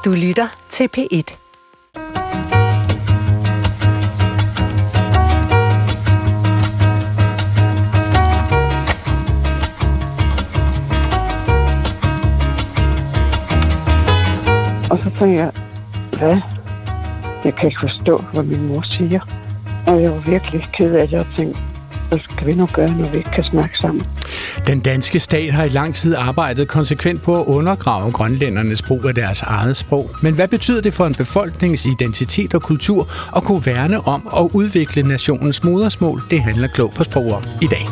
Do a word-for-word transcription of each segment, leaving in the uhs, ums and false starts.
Du lytter til P et. Og så tænkte jeg, hvad? Jeg kan ikke forstå, hvad min mor siger. Og jeg var virkelig ked af det og tænkte, hvad skal vi nu gøre, når vi ikke kan snakke sammen? Den danske stat har i lang tid arbejdet konsekvent på at undergrave grønlændernes brug af deres eget sprog. Men hvad betyder det for en befolknings identitet og kultur at kunne værne om og udvikle nationens modersmål? Det handler Klog på Sprog om i dag.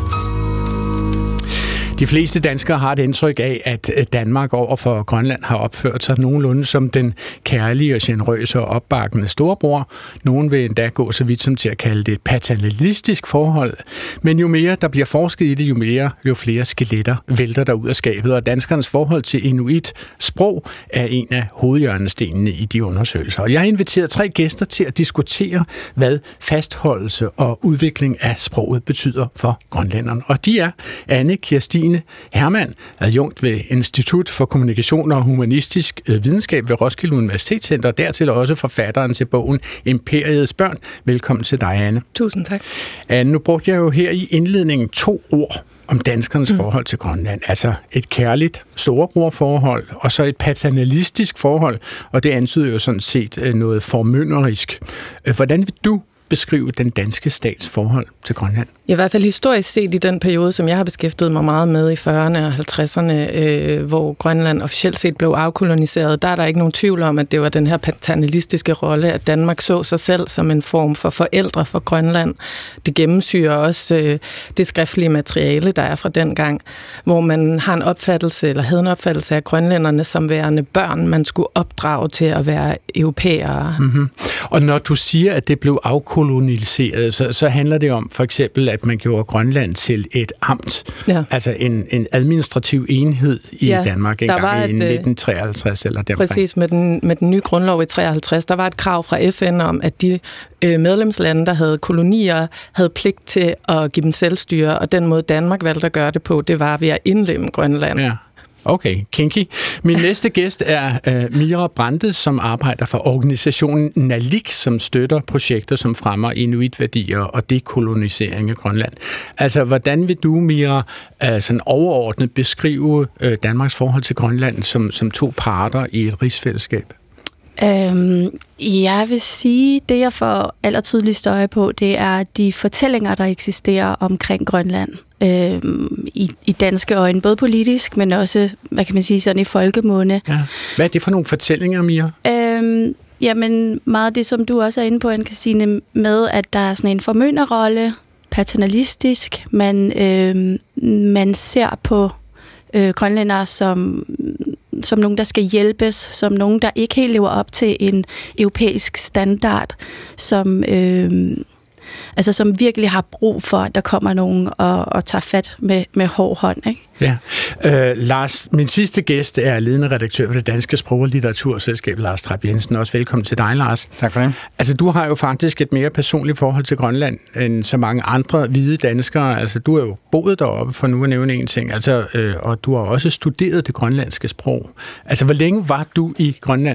De fleste danskere har et indtryk af, at Danmark over for Grønland har opført sig nogenlunde som den kærlige og generøse og opbakkende storebror. Nogen vil endda gå så vidt som til at kalde det et paternalistisk forhold. Men jo mere der bliver forsket i det, jo mere, jo flere skeletter vælter der ud af skabet. Og danskernes forhold til inuit sprog er en af hovedhjørnestenene i de undersøgelser. Og jeg har inviteret tre gæster til at diskutere, hvad fastholdelse og udvikling af sproget betyder for grønlænderne. Og de er Anne Kirstine Hermann, adjunkt ved Institut for Kommunikation og Humanistisk Videnskab ved Roskilde Universitetscenter, og dertil også forfatteren til bogen Imperiets børn. Velkommen til dig, Anne. Tusind tak. Anne, nu brugte jeg jo her i indledningen to ord om danskernes mm. forhold til Grønland. Altså et kærligt storebrorforhold, og så et paternalistisk forhold, og det antyder jo sådan set noget formynderisk. Hvordan vil du beskrive den danske stats forhold til Grønland? I hvert fald historisk set i den periode, som jeg har beskæftiget mig meget med i fyrrerne og halvtredserne, øh, hvor Grønland officielt set blev afkoloniseret, der er der ikke nogen tvivl om, at det var den her paternalistiske rolle, at Danmark så sig selv som en form for forældre for Grønland. Det gennemsyrer også øh, det skriftlige materiale, der er fra den gang, hvor man har en opfattelse, eller havde en opfattelse af grønlænderne som værende børn, man skulle opdrage til at være europæere. Mm-hmm. Og når du siger, at det blev afkoloniseret, så, så handler det om for eksempel, at man gjorde Grønland til et amt, ja. altså en, en administrativ enhed i ja, Danmark engang i nitten treoghalvtreds eller deromkring. Præcis, med den, med den nye grundlov i treoghalvtreds, der var et krav fra F N om, at de øh, medlemslande, der havde kolonier, havde pligt til at give dem selvstyre, og den måde Danmark valgte at gøre det på, det var ved at indlemme Grønland. Ja. Okay, kinky. Min næste gæst er uh, Mira Brandes, som arbejder for organisationen Nalik, som støtter projekter, som fremmer inuitværdier og dekolonisering af Grønland. Altså, hvordan vil du, Mira, uh, sådan overordnet beskrive uh, Danmarks forhold til Grønland som, som to parter i et rigsfællesskab? Øhm, jeg vil sige, det jeg får allertydeligst øje på, det er de fortællinger, der eksisterer omkring Grønland. Øhm, i, i danske øjne, både politisk, men også, hvad kan man sige, sådan i folkemunde. Ja. Hvad er det for nogle fortællinger, Mira? Øhm, jamen, meget af det, som du også er inde på, Anne-Kristine, med, at der er sådan en formynderrolle, paternalistisk, man, øhm, man ser på øh, grønlændere som som nogen, der skal hjælpes, som nogen, der ikke helt lever op til en europæisk standard, som, øh, altså, som virkelig har brug for, at der kommer nogen og, og tager fat med, med hård hånd. Ikke? Ja. Øh, Lars, min sidste gæst er ledende redaktør for det Danske Sprog- og Litteraturselskab, Lars Trapp Jensen. Også velkommen til dig, Lars. Tak for det. Altså, du har jo faktisk et mere personligt forhold til Grønland end så mange andre hvide danskere. Altså, du har jo boet deroppe, for nu at nævne en ting. Altså, øh, og du har også studeret det grønlandske sprog. Altså, hvor længe var du i Grønland?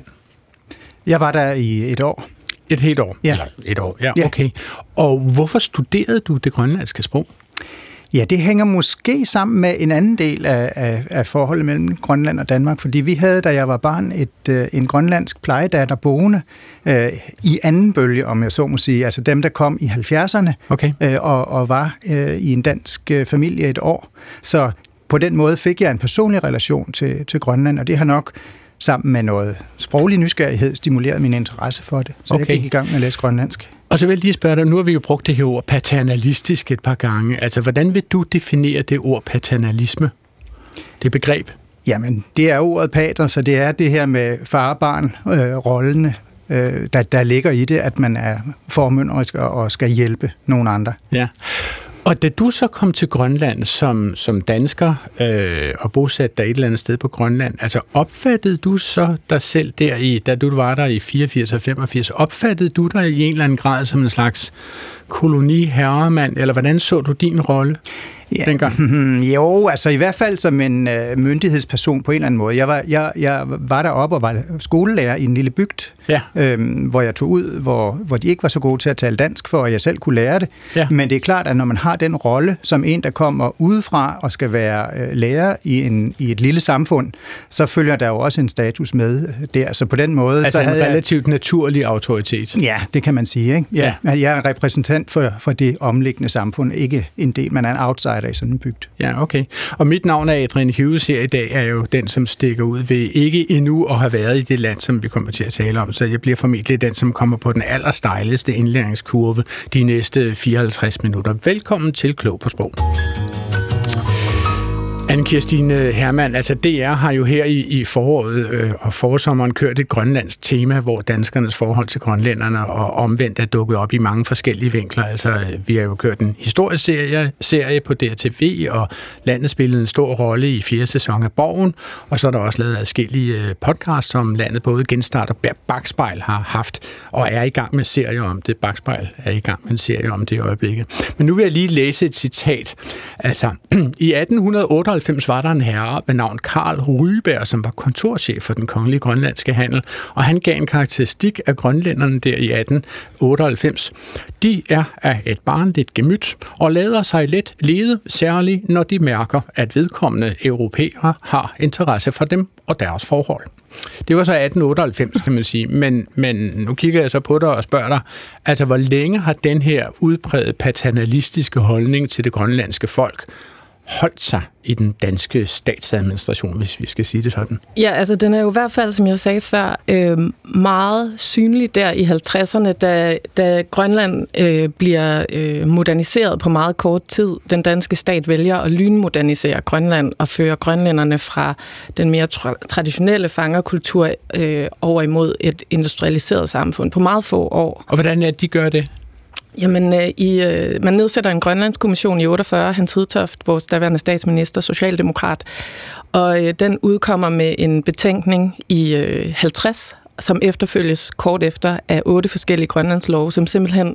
Jeg var der i et år. Et helt år? Ja. Eller et år, ja, okay. Og hvorfor studerede du det grønlandske sprog? Ja, det hænger måske sammen med en anden del af, af, af forholdet mellem Grønland og Danmark, fordi vi havde, da jeg var barn, et, en grønlandsk plejedatter boende øh, i anden bølge, om jeg så må sige, altså dem, der kom i halvfjerdserne okay. øh, og, og var øh, i en dansk øh, familie et år. Så på den måde fik jeg en personlig relation til, til Grønland, og det har nok sammen med noget sproglig nysgerrighed stimuleret min interesse for det. Så okay. jeg gik i gang med at læse grønlandsk. Og så vil jeg lige spørge dig, nu har vi jo brugt det her ord paternalistisk et par gange. Altså, hvordan vil du definere det ord paternalisme? Det begreb? Jamen, det er ordet pater, så det er det her med far-barn-rollene, øh, der, der ligger i det, at man er formynderisk og skal hjælpe nogen andre. Ja. Og da du så kom til Grønland som, som dansker øh, og bosatte dig et eller andet sted på Grønland, altså opfattede du så dig selv der i, da du var der i fireogfirs og femogfirs, opfattede du dig i en eller anden grad som en slags koloniherremand, eller hvordan så du din rolle? ja. dengang? Jo, altså i hvert fald som en øh, myndighedsperson på en eller anden måde. Jeg var, jeg, jeg var deroppe og var skolelærer i en lille bygd, ja. øhm, hvor jeg tog ud, hvor, hvor de ikke var så gode til at tale dansk, for at jeg selv kunne lære det. Ja. Men det er klart, at når man har den rolle som en, der kommer udefra og skal være øh, lærer i, en, i et lille samfund, så følger der jo også en status med der. Så på den måde... Altså så en relativt jeg... naturlig autoritet. Ja, det kan man sige. Ikke? Ja. Ja. Jeg er en repræsentant for, for det omliggende samfund, ikke en del, man er en outsider i sådan en bygd. Ja, okay. Og mit navn er Adrian Hughes her i dag, er jo den, som stikker ud ved ikke endnu at have været i det land, som vi kommer til at tale om. Så jeg bliver formentlig den, som kommer på den allerstejligste indlæringskurve de næste fireoghalvtreds minutter. Velkommen til Klog på Sprog. Anne-Kirstine Hermann, altså D R har jo her i, i foråret øh, og forsommeren kørt et grønlandsk tema, hvor danskernes forhold til grønlænderne og omvendt er dukket op i mange forskellige vinkler. Altså, vi har jo kørt en historisk serie, serie på D R T V, og landet spillede en stor rolle i fjerde sæson af Borgen, og så er der også lavet adskillige podcasts, som landet både Genstart og Bakspejl har haft, og er i gang med serier om det. Bakspejl er i gang med en serie om det i øjeblikket. Men nu vil jeg lige læse et citat. Altså, i atten otteoghalvfems var der en herre med navn Karl Ryberg, som var kontorchef for den kongelige grønlandske handel, og han gav en karakteristik af grønlænderne der i atten otteoghalvfems. De er af et barnligt gemyt og lader sig let lede, særligt når de mærker, at vedkommende europæere har interesse for dem og deres forhold. Det var så atten otteoghalvfems, kan man sige, men, men nu kigger jeg så på dig og spørger dig, altså hvor længe har den her udpræget paternalistiske holdning til det grønlandske folk holdt sig i den danske statsadministration, hvis vi skal sige det sådan? Ja, altså den er jo i hvert fald, som jeg sagde før, øh, meget synlig der i halvtredserne, da, da Grønland øh, bliver øh, moderniseret på meget kort tid. Den danske stat vælger at lynmodernisere Grønland og føre grønlænderne fra den mere tra- traditionelle fangerkultur øh, over imod et industrialiseret samfund på meget få år. Og hvordan er det, de gør det? Jamen, øh, i, øh, man nedsætter en grønlandskommission i otteogfyrre, Hans Hedtoft, vores daværende statsminister, socialdemokrat, og øh, den udkommer med en betænkning i øh, halvtreds, som efterfølges kort efter af otte forskellige grønlandslove, som simpelthen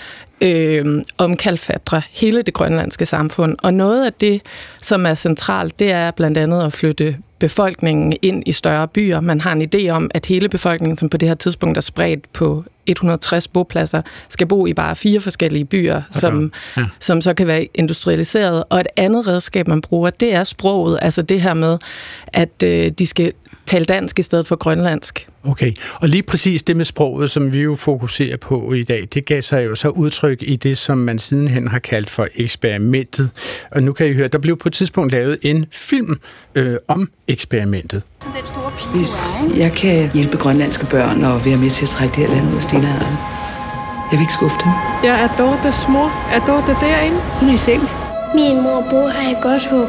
øh, omkalfatrer hele det grønlandske samfund. Og noget af det, som er centralt, det er blandt andet at flytte befolkningen ind i større byer. Man har en idé om, at hele befolkningen, som på det her tidspunkt er spredt på et hundrede og tres bopladser, skal bo i bare fire forskellige byer, okay. som, ja. som så kan være industrialiseret. Og et andet redskab, man bruger, det er sproget. Altså det her med, at øh, de skal tale dansk i stedet for grønlandsk. Okay, og lige præcis det med sproget, som vi jo fokuserer på i dag, det gav sig jo så udtryk i det, som man sidenhen har kaldt for eksperimentet. Og nu kan I høre, der blev på et tidspunkt lavet en film øh, om eksperimentet. Hvis jeg kan hjælpe grønlandske børn og være med til at trække det her land ud af stenalderen, jeg vil ikke skuffe dem. Jeg er Dortes mor. Er Dorte derinde? Hun er i seng. Min mor bor her i godt håb.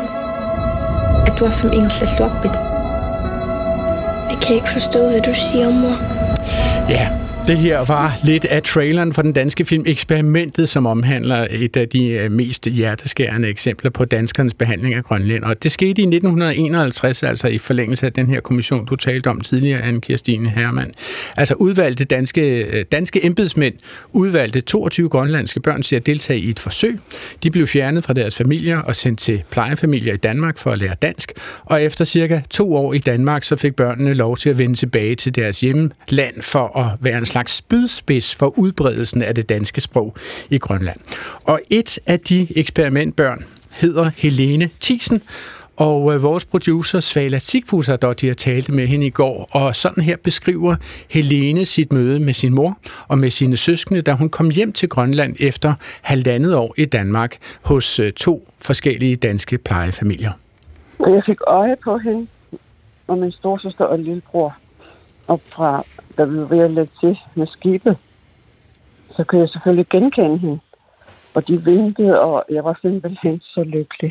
At du har fem engelske slåbit. Det kan jeg ikke forstå, hvad du siger, mor. Ja, det her var lidt af traileren for den danske film Eksperimentet, som omhandler et af de mest hjerteskærende eksempler på danskernes behandling af Grønland. Og det skete i nitten enoghalvtreds, altså i forlængelse af den her kommission, du talte om tidligere, Anne-Kirstine Hermann. Altså udvalgte danske, danske embedsmænd udvalgte toogtyve grønlandske børn til at deltage i et forsøg. De blev fjernet fra deres familier og sendt til plejefamilier i Danmark for at lære dansk. Og efter cirka to år i Danmark, så fik børnene lov til at vende tilbage til deres hjemland for at være en slags spydspids for udbredelsen af det danske sprog i Grønland. Og et af de eksperimentbørn hedder Helene Thiesen, og øh, vores producer Svala Sigfusser, der de har talt med hende i går, og sådan her beskriver Helene sit møde med sin mor og med sine søskende, da hun kom hjem til Grønland efter halvandet år i Danmark hos øh, to forskellige danske plejefamilier. Jeg fik øje på hende og min storsøster og lillebror op fra, da vi var ved at lægge til med skibet. Så kunne jeg selvfølgelig genkende hende. Og de vinkede, og jeg var simpelthen så lykkelig.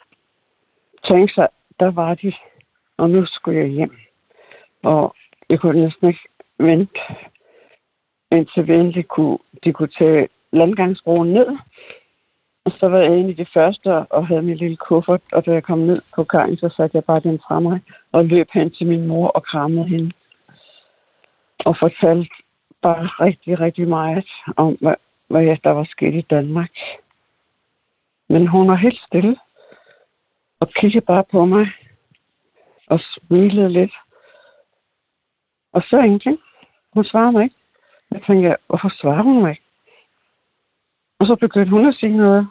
Tænk sig, der var de, og nu skulle jeg hjem. Og jeg kunne næsten ikke vente, indtil vi endelig kunne, de kunne tage landgangsbroen ned. Og så var jeg en af de første og havde min lille kuffert, og da jeg kom ned på kajen, så satte jeg bare den fra mig og løb hen til min mor og krammede hende. Og fortalte bare rigtig, rigtig meget om, hvad, hvad der var sket i Danmark. Men hun var helt stille. og kiggede bare på mig og smilede lidt. Og så ingenting. Hun svarede mig ikke. Jeg tænkte, hvorfor svarer hun mig ikke? Og så begyndte hun at sige noget.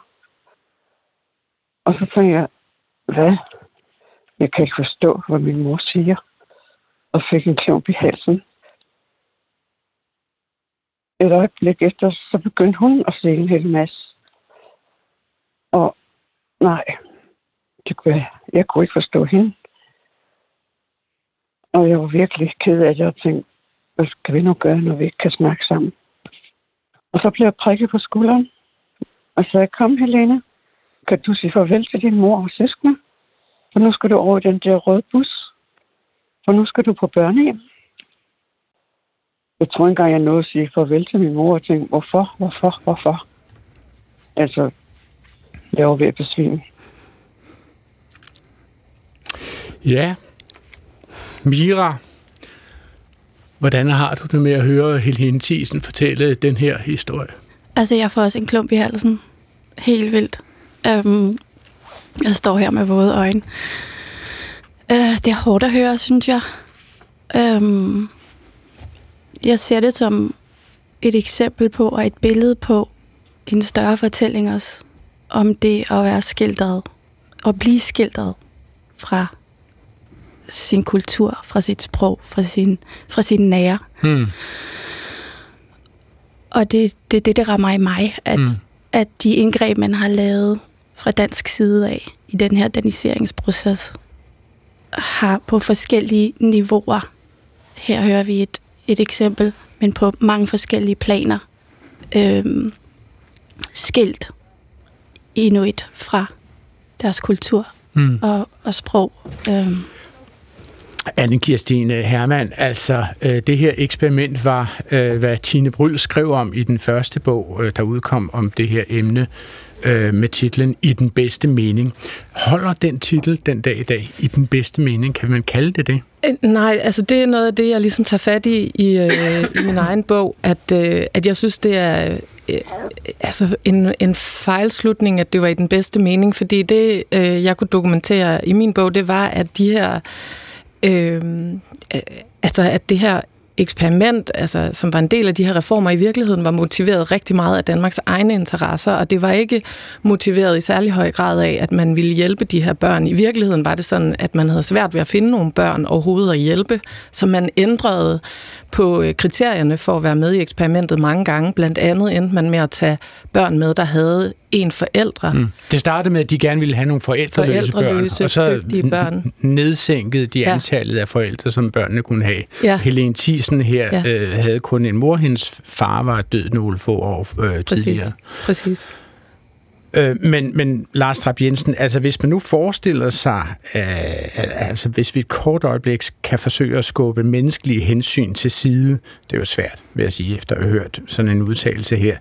Og så tænkte jeg, hvad? Jeg kan ikke forstå, hvad min mor siger. Og fik en klump i halsen. Et øjeblik efter, så begyndte hun at sige en hel masse. Og nej, det kunne jeg, jeg kunne ikke forstå hende. Og jeg var virkelig ked af det, og tænkte, hvad skal vi nu gøre, når vi ikke kan snakke sammen? Og så blev jeg prikket på skulderen. Og så jeg kom, Helene, kan du sige farvel til din mor og søskende? For nu skal du over i den der røde bus. For nu skal du på børnehjem. Jeg tror engang, jeg nåede at sige farvel til min mor og tænkte, hvorfor, hvorfor, hvorfor? Altså, jeg var ved at besvime. Ja. Mira, hvordan har du det med at høre Helene Thiesen fortælle den her historie? Altså, jeg får også en klump i halsen. Helt vildt. Um, jeg står her med våde øjne. Uh, det er hårdt at høre, synes jeg. Um, jeg ser det som et eksempel på, og et billede på en større fortælling også, om det at være skildret, og blive skildret fra sin kultur, fra sit sprog, fra sin, fra sin nære. Hmm. Og det er det, det, det rammer i mig, at, hmm. at de indgreb, man har lavet fra dansk side af i den her daniseringsproces, har på forskellige niveauer. Her hører vi et, et eksempel, men på mange forskellige planer. Øhm, skilt inuit fra deres kultur hmm. og, og sprog. Øhm. Anne-Kirstine Hermann, altså øh, det her eksperiment var, øh, hvad Tine Bryld skrev om i den første bog, øh, der udkom om det her emne, øh, med titlen I den bedste mening. Holder den titel den dag i dag, I den bedste mening? Kan man kalde det det? Nej, altså det er noget af det, jeg ligesom tager fat i i, øh, i min egen bog, at, øh, at jeg synes, det er øh, altså en, en fejlslutning, at det var i den bedste mening, fordi det, øh, jeg kunne dokumentere i min bog, det var, at de her Øh, altså at det her eksperiment, altså, som var en del af de her reformer, i virkeligheden var motiveret rigtig meget af Danmarks egne interesser, og det var ikke motiveret i særlig høj grad af, at man ville hjælpe de her børn. I virkeligheden var det sådan, at man havde svært ved at finde nogle børn overhovedet at hjælpe, så man ændrede på kriterierne for at være med i eksperimentet mange gange. Blandt andet endte man med at tage børn med, der havde en forældre. Mm. Det startede med, at de gerne ville have nogle forældreløse, forældreløse børn, og så børn. nedsænkede de ja. antallet af forældre, som børnene kunne have. Ja. Helene Thiesen her ja. øh, havde kun en mor, hendes far var død nogle få år øh, Præcis. tidligere. Præcis. Øh, men, men Lars Trap Jensen, altså hvis man nu forestiller sig, øh, altså hvis vi et kort øjeblik kan forsøge at skubbe menneskelige hensyn til side, det er jo svært, vil jeg sige, efter at have hørt sådan en udtalelse her.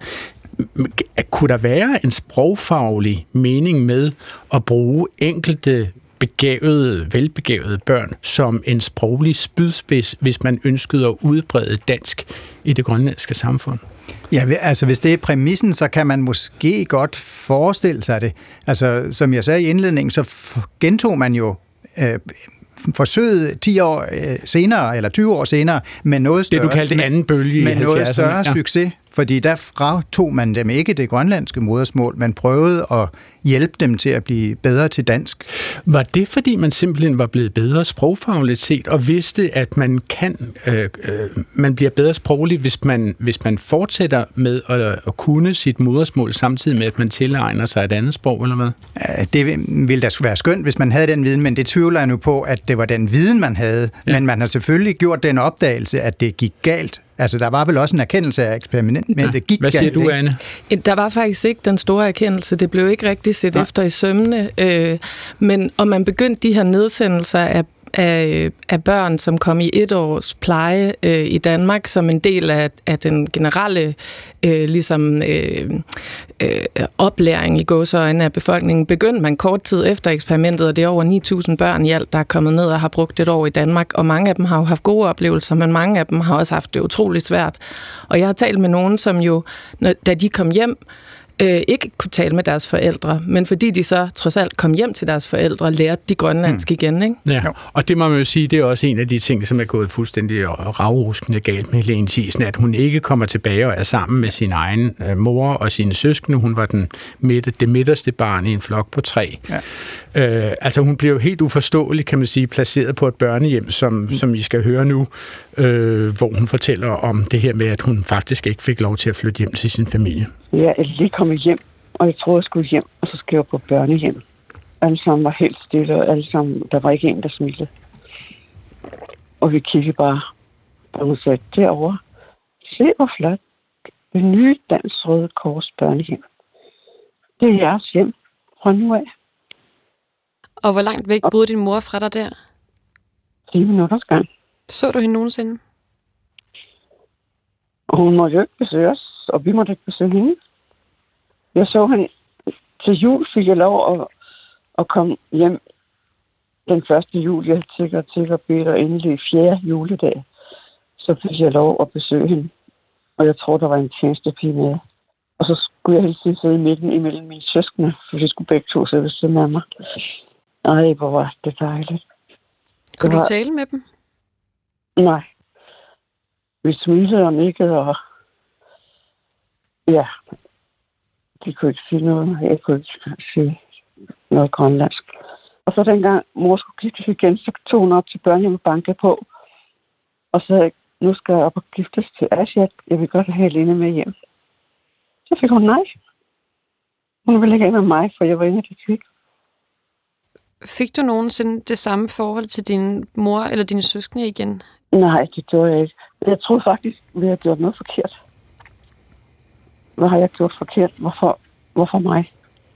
Kunne der være en sprogfaglig mening med at bruge enkelte begavede, velbegavede børn som en sproglig spydspids, hvis man ønskede at udbrede dansk i det grønlandske samfund? Ja, altså hvis det er præmissen, så kan man måske godt forestille sig det. Altså som jeg sagde i indledningen, så gentog man jo øh, forsøget ti år øh, senere, eller tyve år senere, med noget større, det du kaldte anden bølge med noget større ja. succes. Fordi der fratog man dem ikke det grønlandske modersmål, man prøvede at hjælpe dem til at blive bedre til dansk. Var det, fordi man simpelthen var blevet bedre sprogfagligt set, og vidste, at man kan, øh, øh, man bliver bedre sprogligt, hvis man, hvis man fortsætter med at, at kunne sit modersmål, samtidig med, at man tilegner sig et andet sprog, eller hvad? Det ville da være skønt, hvis man havde den viden, men det tvivler jeg nu på, at det var den viden, man havde. Ja. Men man har selvfølgelig gjort den opdagelse, at det gik galt. Altså, der var vel også en erkendelse af eksperimentet, men det gik Hvad siger galt, du, Anne? Der var faktisk ikke den store erkendelse. Det blev ikke rigtig set ja. efter i sømmene. Øh, men om man begyndte de her nedsendelser af Af, af børn, som kom i et års pleje øh, i Danmark, som en del af, af den generelle øh, ligesom, øh, øh, oplæring i gåseøjne af befolkningen, begyndte man kort tid efter eksperimentet, og det er over ni tusind børn i alt, der er kommet ned og har brugt et år i Danmark, og mange af dem har jo haft gode oplevelser, men mange af dem har også haft det utroligt svært. Og jeg har talt med nogen, som jo, når, da de kom hjem, øh, ikke kunne tale med deres forældre, men fordi de så trods alt kom hjem til deres forældre, lærte de grønlandsk mm. igen, ikke? Ja, og det må man jo sige, det er også en af de ting, som er gået fuldstændig ravruskende galt med Helene Thiesen, at hun ikke kommer tilbage og er sammen med sin egen øh, mor og sine søskende. Hun var den midte, det midterste barn i en flok på tre. Ja. Øh, altså hun bliver jo helt uforståelig, kan man sige, placeret på et børnehjem, som, mm. som I skal høre nu, øh, hvor hun fortæller om det her med, at hun faktisk ikke fik lov til at flytte hjem til sin familie. Ja, jeg er lige kommet hjem, og jeg troede, jeg skulle hjem, og så skal jeg på børnehjem. Alle sammen var helt stille, og alle sammen, der var ikke en, der smilede. Og vi kiggede bare, og hun sagde, derovre, se hvor flot, det nye Dansk Røde Kors børnehjem. Det er jeres hjem fra nu af. Og hvor langt væk boede din mor fra dig der? ti minutters gang. Så du hende nogensinde? Og hun måtte jo ikke besøge os, og vi måtte ikke besøge hende. Jeg så hende til jul, fik jeg lov at, at komme hjem den første jul. Jeg tænker og tænker bedt, og endelig fjerde juledag, så fik jeg lov at besøge hende. Og jeg tror, der var en tjenestepige med. Og så skulle jeg hele tiden sidde i midten imellem mine søskende, for de skulle begge to sidde ved siden af mig. Ej, hvor var det dejligt. Kunne det var... du tale med dem? Nej. Vi smilede og nikkede, og ja, de kunne ikke sige noget. Jeg kunne ikke sige noget grønlandsk. Og så dengang mor skulle giftes igen, så tog hun op til børnehjem og bankede på. Og så sagde jeg, nu skal jeg op og giftes til Asiat. Jeg vil godt have Helene med hjem. Så fik hun nej. Hun ville ikke af med mig, for jeg var inde i det kvik. Fik du nogensinde det samme forhold til din mor eller dine søskende igen? Nej, det gjorde jeg ikke. Jeg troede faktisk, at vi havde gjort noget forkert. Hvad har jeg gjort forkert? Hvorfor, Hvorfor mig?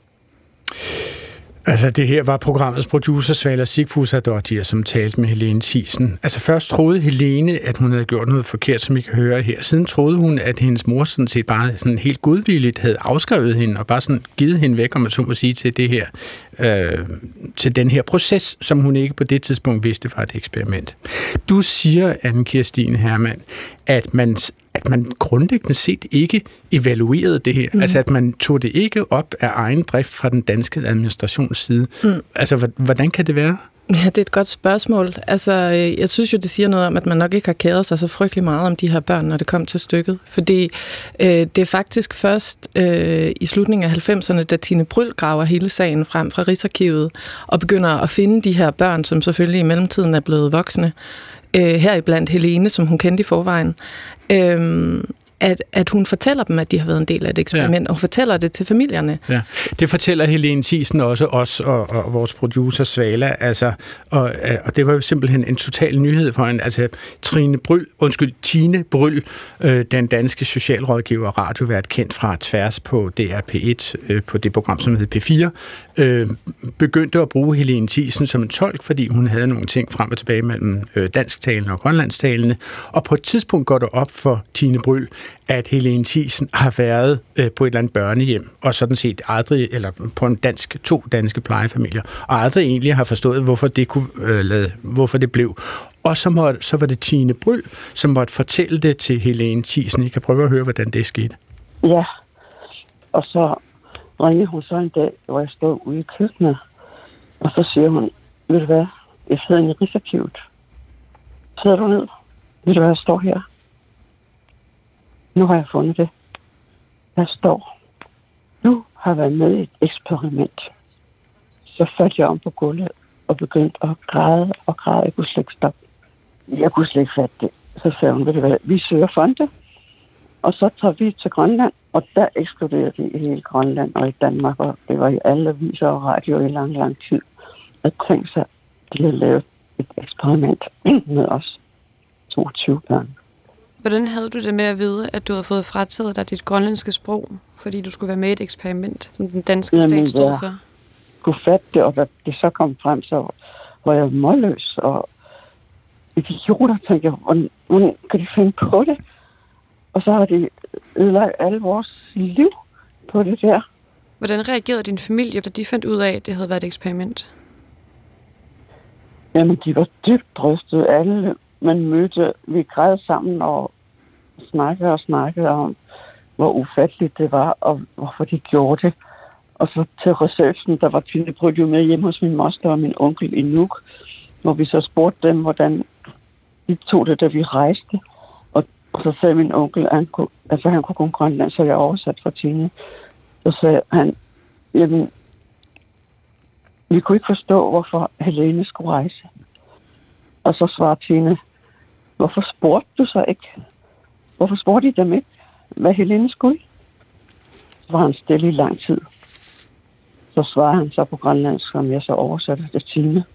Altså, det her var programmets producer, Svala Sigfúsadóttir, som talte med Helene Thiesen. Altså, først troede Helene, at hun havde gjort noget forkert, som I kan høre her. Siden troede hun, at hendes mor sådan set bare sådan helt godvilligt havde afskrevet hende, og bare sådan givet hende væk, om man så må sige, til det her, øh, til den her proces, som hun ikke på det tidspunkt vidste var et eksperiment. Du siger, Anne-Kirstine Hermann, at man at man grundlæggende set ikke evaluerede det her. Mm. Altså, at man tog det ikke op af egen drift fra den danske administrations side. Mm. Altså, hvordan kan det være? Ja, det er et godt spørgsmål. Altså, jeg synes jo, det siger noget om, at man nok ikke har kæret sig så frygtelig meget om de her børn, når det kom til stykket. Fordi øh, det er faktisk først øh, i slutningen af halvfemserne, da Tine Bryld graver hele sagen frem fra Rigsarkivet og begynder at finde de her børn, som selvfølgelig i mellemtiden er blevet voksne. Øh, heriblandt Helene, som hun kendte i forvejen. Øh, At, at hun fortæller dem, at de har været en del af et eksperiment, ja. Og hun fortæller det til familierne. Ja. Det fortæller Helene Thiesen også, os og, og vores producer Svala, altså, og, og det var jo simpelthen en total nyhed for hende. Altså, Trine Bryld, undskyld, Tine Bryld, øh, den danske socialrådgiver og radiovært, kendt fra Tværs på D R P et, øh, på det program, som hed P fire, øh, begyndte at bruge Helene Thiesen som en tolk, fordi hun havde nogle ting frem og tilbage mellem øh, dansktalende og grønlandstalende, og på et tidspunkt går det op for Tine Bryld, at Helene Thiesen har været øh, på et eller andet børnehjem, og sådan set aldrig, eller på en dansk, to danske plejefamilier, og aldrig egentlig har forstået, hvorfor det, kunne, øh, lade, hvorfor det blev. Og så, måtte, så var det Tine Bryld, som måtte fortælle det til Helene Thiesen. I kan prøve at høre, hvordan det skete. Ja, og så ringede hun så en dag, hvor jeg stod ude i køkkenet, og så siger hun, ved du hvad, jeg sidder i Rigsarkivet. Sidder du ned? Ved du hvad, jeg står her? Nu har jeg fundet det. Der står, du har været med i et eksperiment. Så faldt jeg om på gulvet og begyndte at græde og græde. Jeg kunne slet ikke stoppe. Jeg kunne slet ikke fatte det. Så sagde hun, ved du hvad, vi søger fonde, og så tager vi til Grønland, og der eksploderede det i hele Grønland og i Danmark, og det var i alle aviser og radio i lang, lang tid. Jeg tænkte sig, de havde lavet et eksperiment med os toogtyve børn. Hvordan havde du det med at vide, at du havde fået frataget dig dit grønlandske sprog, fordi du skulle være med i et eksperiment, som den danske stat stod for? Jeg kunne fatte det, og da det så kom frem, så var jeg målløs, og idioter, tænkte jeg, hvordan, hvordan kan de finde på det? Og så har de ødelagt alle vores liv på det der. Hvordan reagerede din familie, da de fandt ud af, at det havde været et eksperiment? Jamen, de var dybt rystet. Alle man mødte, vi græd sammen og snakkede og snakkede om, hvor ufatteligt det var, og hvorfor de gjorde det. Og så til receptionen, der var Tine Brydt jo med hjemme hos min moster og min onkel i Nuuk, hvor vi så spurgte dem, hvordan de tog det, da vi rejste. Og så sagde min onkel, at han kunne, altså han kunne kun grønland, så jeg oversat for Tine. Så sagde han, jamen, vi kunne ikke forstå, hvorfor Helene skulle rejse. Og så svarede Tine, hvorfor spurgte du så ikke? Hvorfor spurgte de dem ikke, hvad Helene skulle? Så var han stille i lang tid. Så svarede han så på grønlandsk, som jeg så oversatte det Tine.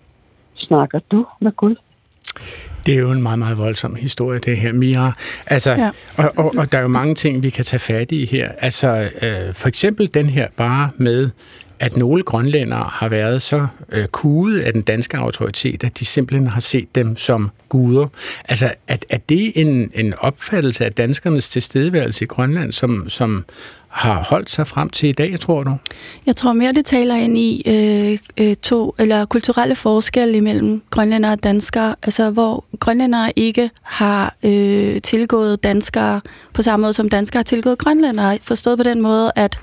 Snakker du med Gud? Det er jo en meget, meget voldsom historie, det her, Mira. Altså, ja. og, og, og der er jo mange ting, vi kan tage fat i her. Altså, øh, for eksempel den her bare med, at nogle grønlændere har været så øh, kuget af den danske autoritet, at de simpelthen har set dem som guder. Altså, at, at det en, en opfattelse af danskernes tilstedeværelse i Grønland, som, som har holdt sig frem til i dag, tror du? Jeg tror mere, det taler ind i øh, øh, to eller kulturelle forskelle imellem grønlændere og danskere, altså hvor grønlændere ikke har øh, tilgået danskere på samme måde, som danskere har tilgået grønlændere. Forstået på den måde, at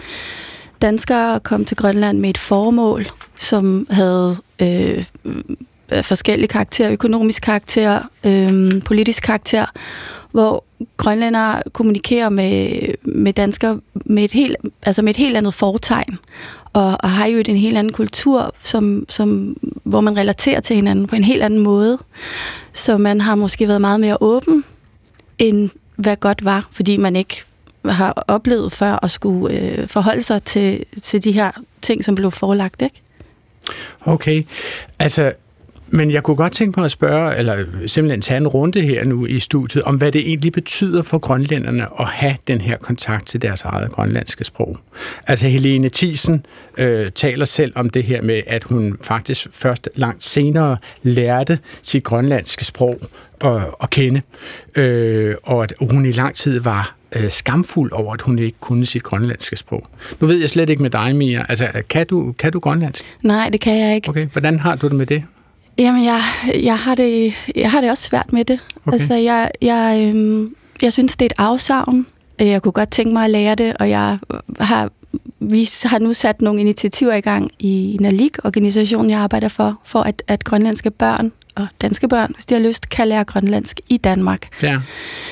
danskere kom til Grønland med et formål, som havde øh, forskellige karakterer, økonomisk karakter, øh, politisk karakter, hvor grønlændere kommunikerer med, med danskere med et, helt, altså med et helt andet fortegn, og, og har jo en helt anden kultur, som, som, hvor man relaterer til hinanden på en helt anden måde. Så man har måske været meget mere åben, end hvad godt var, fordi man ikke har oplevet før at skulle øh, forholde sig til, til de her ting, som blev forelagt, ikke? Okay, altså, men jeg kunne godt tænke mig at spørge, eller simpelthen tage en runde her nu i studiet, om hvad det egentlig betyder for grønlænderne at have den her kontakt til deres eget grønlandske sprog. Altså Helene Thiesen øh, taler selv om det her med, at hun faktisk først langt senere lærte sit grønlandske sprog at, at kende, øh, og at hun i lang tid var øh, skamfuld over, at hun ikke kunne sit grønlandske sprog. Nu ved jeg slet ikke med dig, Mia. Altså, kan du, kan du grønlandsk? Nej, det kan jeg ikke. Okay, hvordan har du det med det? Jamen, jeg, jeg, har, det, jeg har det også svært med det. Okay. Altså, jeg, jeg, øhm, jeg synes, det er et afsavn. Jeg kunne godt tænke mig at lære det, og jeg har, vi har nu sat nogle initiativer i gang i Nalik, organisationen, jeg arbejder for, for at, at grønlandske børn og danske børn, hvis de har lyst, kan lære grønlandsk i Danmark. Ja.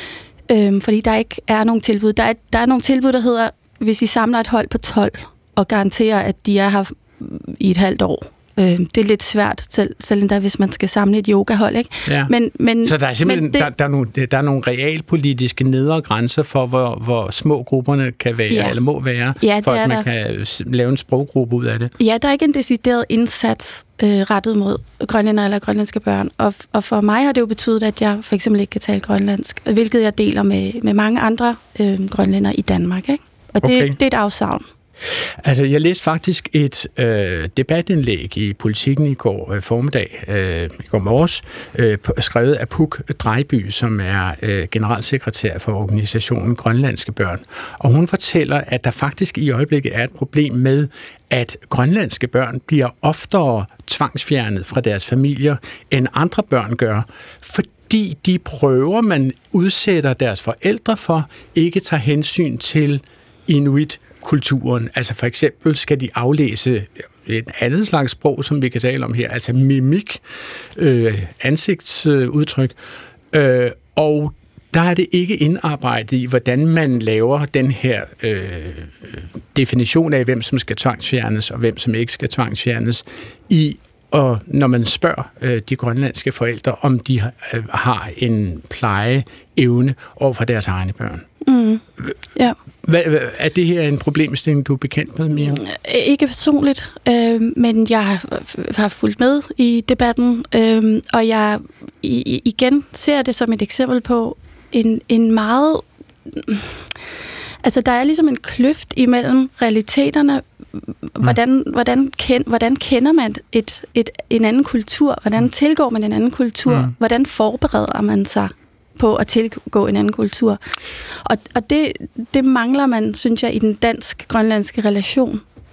Øhm, fordi der ikke er nogen tilbud. Der er, der er nogle tilbud, der hedder, hvis I samler et hold på tolv, og garanterer, at de er her i et halvt år. Det er lidt svært, selv, selv endda, hvis man skal samle et yogahold, ikke? Ja. Men, men, så der er simpelthen men det, der, der, er nogle, der er nogle realpolitiske nedre grænser for, hvor, hvor små grupperne kan være, ja. eller må være, ja, for at man der. kan lave en sproggruppe ud af det. Ja, der er ikke en decideret indsats øh, rettet mod grønlændere eller grønlandske børn. Og, og for mig har det jo betydet, at jeg for eksempel ikke kan tale grønlandsk, hvilket jeg deler med, med mange andre øh, grønlændere i Danmark, ikke? Og det, okay. det er et afsavn. Altså, jeg læste faktisk et øh, debatindlæg i Politikken i går øh, formiddag, øh, i går morges, øh, skrevet af Puk Drejby, som er øh, generalsekretær for organisationen Grønlandske Børn. Og hun fortæller, at der faktisk i øjeblikket er et problem med, at grønlandske børn bliver oftere tvangsfjernet fra deres familier, end andre børn gør, fordi de prøver, man udsætter deres forældre for, ikke tager hensyn til inuit kulturen. Altså for eksempel skal de aflæse et andet slags sprog, som vi kan tale om her, altså mimik, øh, ansigtsudtryk, øh, og der er det ikke indarbejdet i, hvordan man laver den her øh, definition af, hvem som skal tvangsfjernes, og hvem som ikke skal tvangsfjernes, i og når man spørger øh, de grønlandske forældre, om de øh, har en plejeevne over for deres egne børn. Mm. Ja. Hvad, hvad, er det her en problemstilling, du er bekendt med, Mia? Ikke personligt, øh, men jeg har, har fulgt med i debatten, øh, og jeg i, igen ser det som et eksempel på en, en meget... Altså, der er ligesom en kløft imellem realiteterne. Hvordan, hvordan, kend, hvordan kender man et, et, en anden kultur? Hvordan tilgår man en anden kultur? Mm. Hvordan forbereder man sig på at tilgå en anden kultur? Og, og det, det mangler man, synes jeg, i den dansk-grønlandske relation.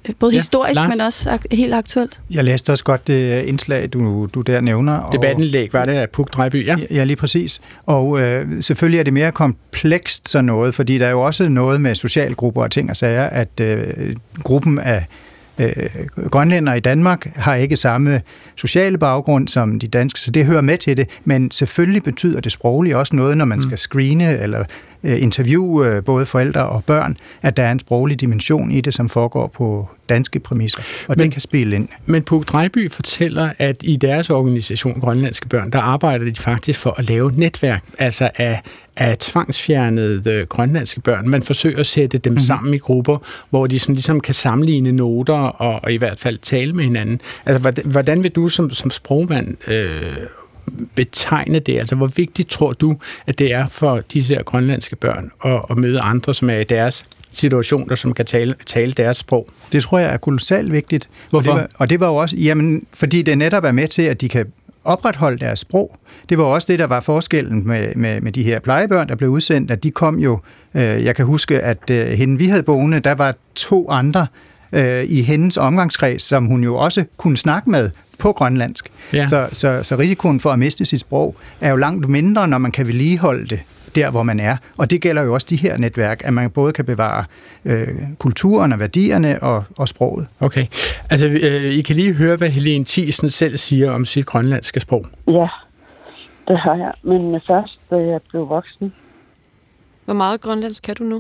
både Ja, historisk, Lars? men også ak- helt aktuelt. Jeg læste også godt det indslag, du, du der nævner. Debattenlæg var det af Puk Drejby, ja. Ja, lige præcis. Og øh, selvfølgelig er det mere komplekst sådan noget, fordi der er jo også noget med socialgrupper og ting og sager, at øh, gruppen af øh, grønlændere i Danmark har ikke samme sociale baggrund som de danske, så det hører med til det, men selvfølgelig betyder det sprogligt også noget, når man skal screene eller øh, interviewe øh, både forældre og børn, at der er en sproglig dimension i det, som foregår på danske præmisser, og men, det kan spille ind. Men Puk Drejby fortæller, at i deres organisation, Grønlandske Børn, der arbejder de faktisk for at lave netværk, altså af, af tvangsfjernede grønlandske børn. Man forsøger at sætte dem mm-hmm. sammen i grupper, hvor de sådan ligesom kan sammenligne noter og, og i hvert fald tale med hinanden. Altså, hvordan, hvordan vil du som, som sprogmand øh, betegne det? Altså, hvor vigtigt tror du, at det er for disse her grønlandske børn at, at møde andre, som er i deres situationer, som kan tale, tale deres sprog? Det tror jeg er kolossalt vigtigt. Hvorfor? Og det, var, og det var jo også, jamen, fordi det netop er med til, at de kan opretholde deres sprog. Det var også det, der var forskellen med, med, med de her plejebørn, der blev udsendt, at de kom jo, øh, jeg kan huske, at øh, hende vi havde boende, der var to andre øh, i hendes omgangskreds, som hun jo også kunne snakke med på grønlandsk. Ja. Så, så, så risikoen for at miste sit sprog er jo langt mindre, når man kan vedligeholde det der, hvor man er. Og det gælder jo også de her netværk, at man både kan bevare øh, kulturen og værdierne og, og sproget. Okay. Altså, øh, I kan lige høre, hvad Helene Thiesen selv siger om sit grønlandske sprog. Ja, det har jeg. Men først, da jeg blev voksen. Hvor meget grønlandsk kan du nu?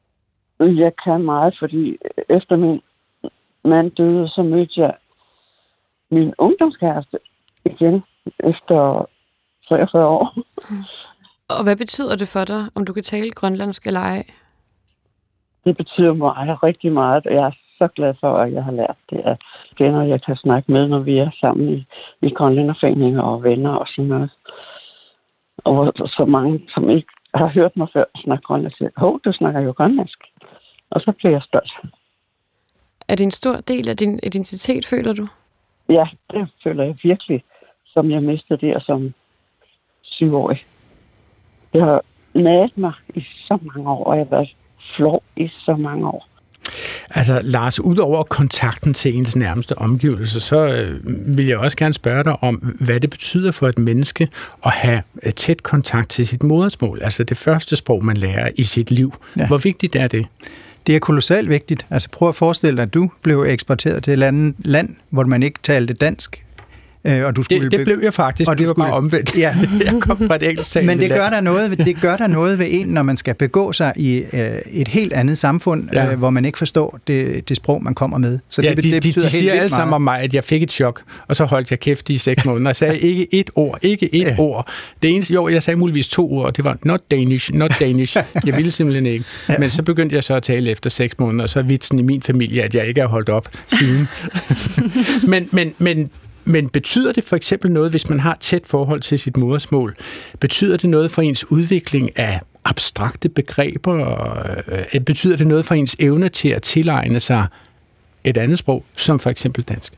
Jeg kan meget, fordi efter min mand døde, så mødte jeg min ungdomskæreste igen efter treogfyrre år. Og hvad betyder det for dig, om du kan tale grønlandsk eller ej? Det betyder mig rigtig meget, og jeg er så glad for, at jeg har lært det af venner, jeg kan snakke med, når vi er sammen i, i grønlænderforeninger og venner og sådan noget. Og så mange, som ikke har hørt mig før snakke grønlandsk, siger, hov, du snakker jo grønlandsk. Og så bliver jeg stolt. Er det en stor del af din identitet, føler du? Ja, det føler jeg virkelig, som jeg mistede der som syvårig. Det har naget mig i så mange år, og jeg har været flov i så mange år. Altså, Lars, udover kontakten til ens nærmeste omgivelser, så øh, vil jeg også gerne spørge dig om, hvad det betyder for et menneske at have tæt kontakt til sit modersmål, altså det første sprog, man lærer i sit liv. Ja. Hvor vigtigt er det? Det er kolossalt vigtigt. Altså prøv at forestille dig, at du blev eksporteret til et andet land, hvor man ikke talte dansk. Øh, og du skulle det, det blev jeg faktisk, og det var skulle, bare omvendt. Ja. Jeg kom fra et engelsktalende Men det gør, land. der noget, det gør der noget ved en, når man skal begå sig i øh, et helt andet samfund, ja. øh, hvor man ikke forstår det, det sprog, man kommer med. Så ja, det, de, det de, de siger alle sammen om mig, at jeg fik et chok, og så holdt jeg kæft i seks måneder, og sagde ikke et ord, ikke et ja. ord. Det eneste, jo, jeg sagde muligvis to ord, og det var not Danish, not Danish. Jeg ville simpelthen ikke. Ja. Men så begyndte jeg så at tale efter seks måneder, og så er vitsen i min familie, at jeg ikke har holdt op siden. men, men, men Men betyder det for eksempel noget, hvis man har et tæt forhold til sit modersmål? Betyder det noget for ens udvikling af abstrakte begreber? Øh, betyder det noget for ens evne til at tilegne sig et andet sprog, som for eksempel dansk?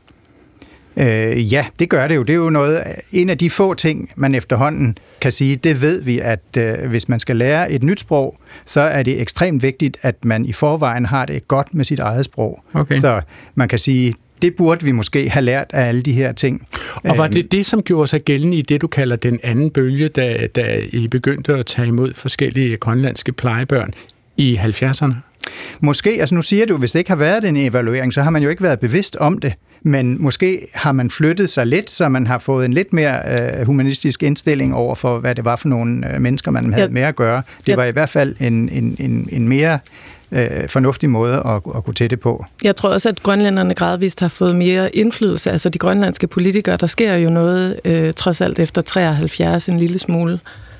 Øh, ja, det gør det jo. Det er jo noget, en af de få ting, man efterhånden kan sige, det ved vi, at øh, hvis man skal lære et nyt sprog, så er det ekstremt vigtigt, at man i forvejen har det godt med sit eget sprog. Okay. Så man kan sige, det burde vi måske have lært af alle de her ting. Og var det det, som gjorde sig gældende i det, du kalder den anden bølge, da, da I begyndte at tage imod forskellige grønlandske plejebørn i halvfjerdserne? Måske, altså nu siger du, hvis det ikke har været en evaluering, så har man jo ikke været bevidst om det. Men måske har man flyttet sig lidt, så man har fået en lidt mere øh, humanistisk indstilling over for, hvad det var for nogle øh, mennesker, man havde ja. med at gøre. Det ja. var i hvert fald en, en, en, en mere øh, fornuftig måde at, at gå til det på. Jeg tror også, at grønlænderne gradvist har fået mere indflydelse. Altså de grønlandske politikere, der sker jo noget øh, trods alt efter treoghalvfjerds en lille smule.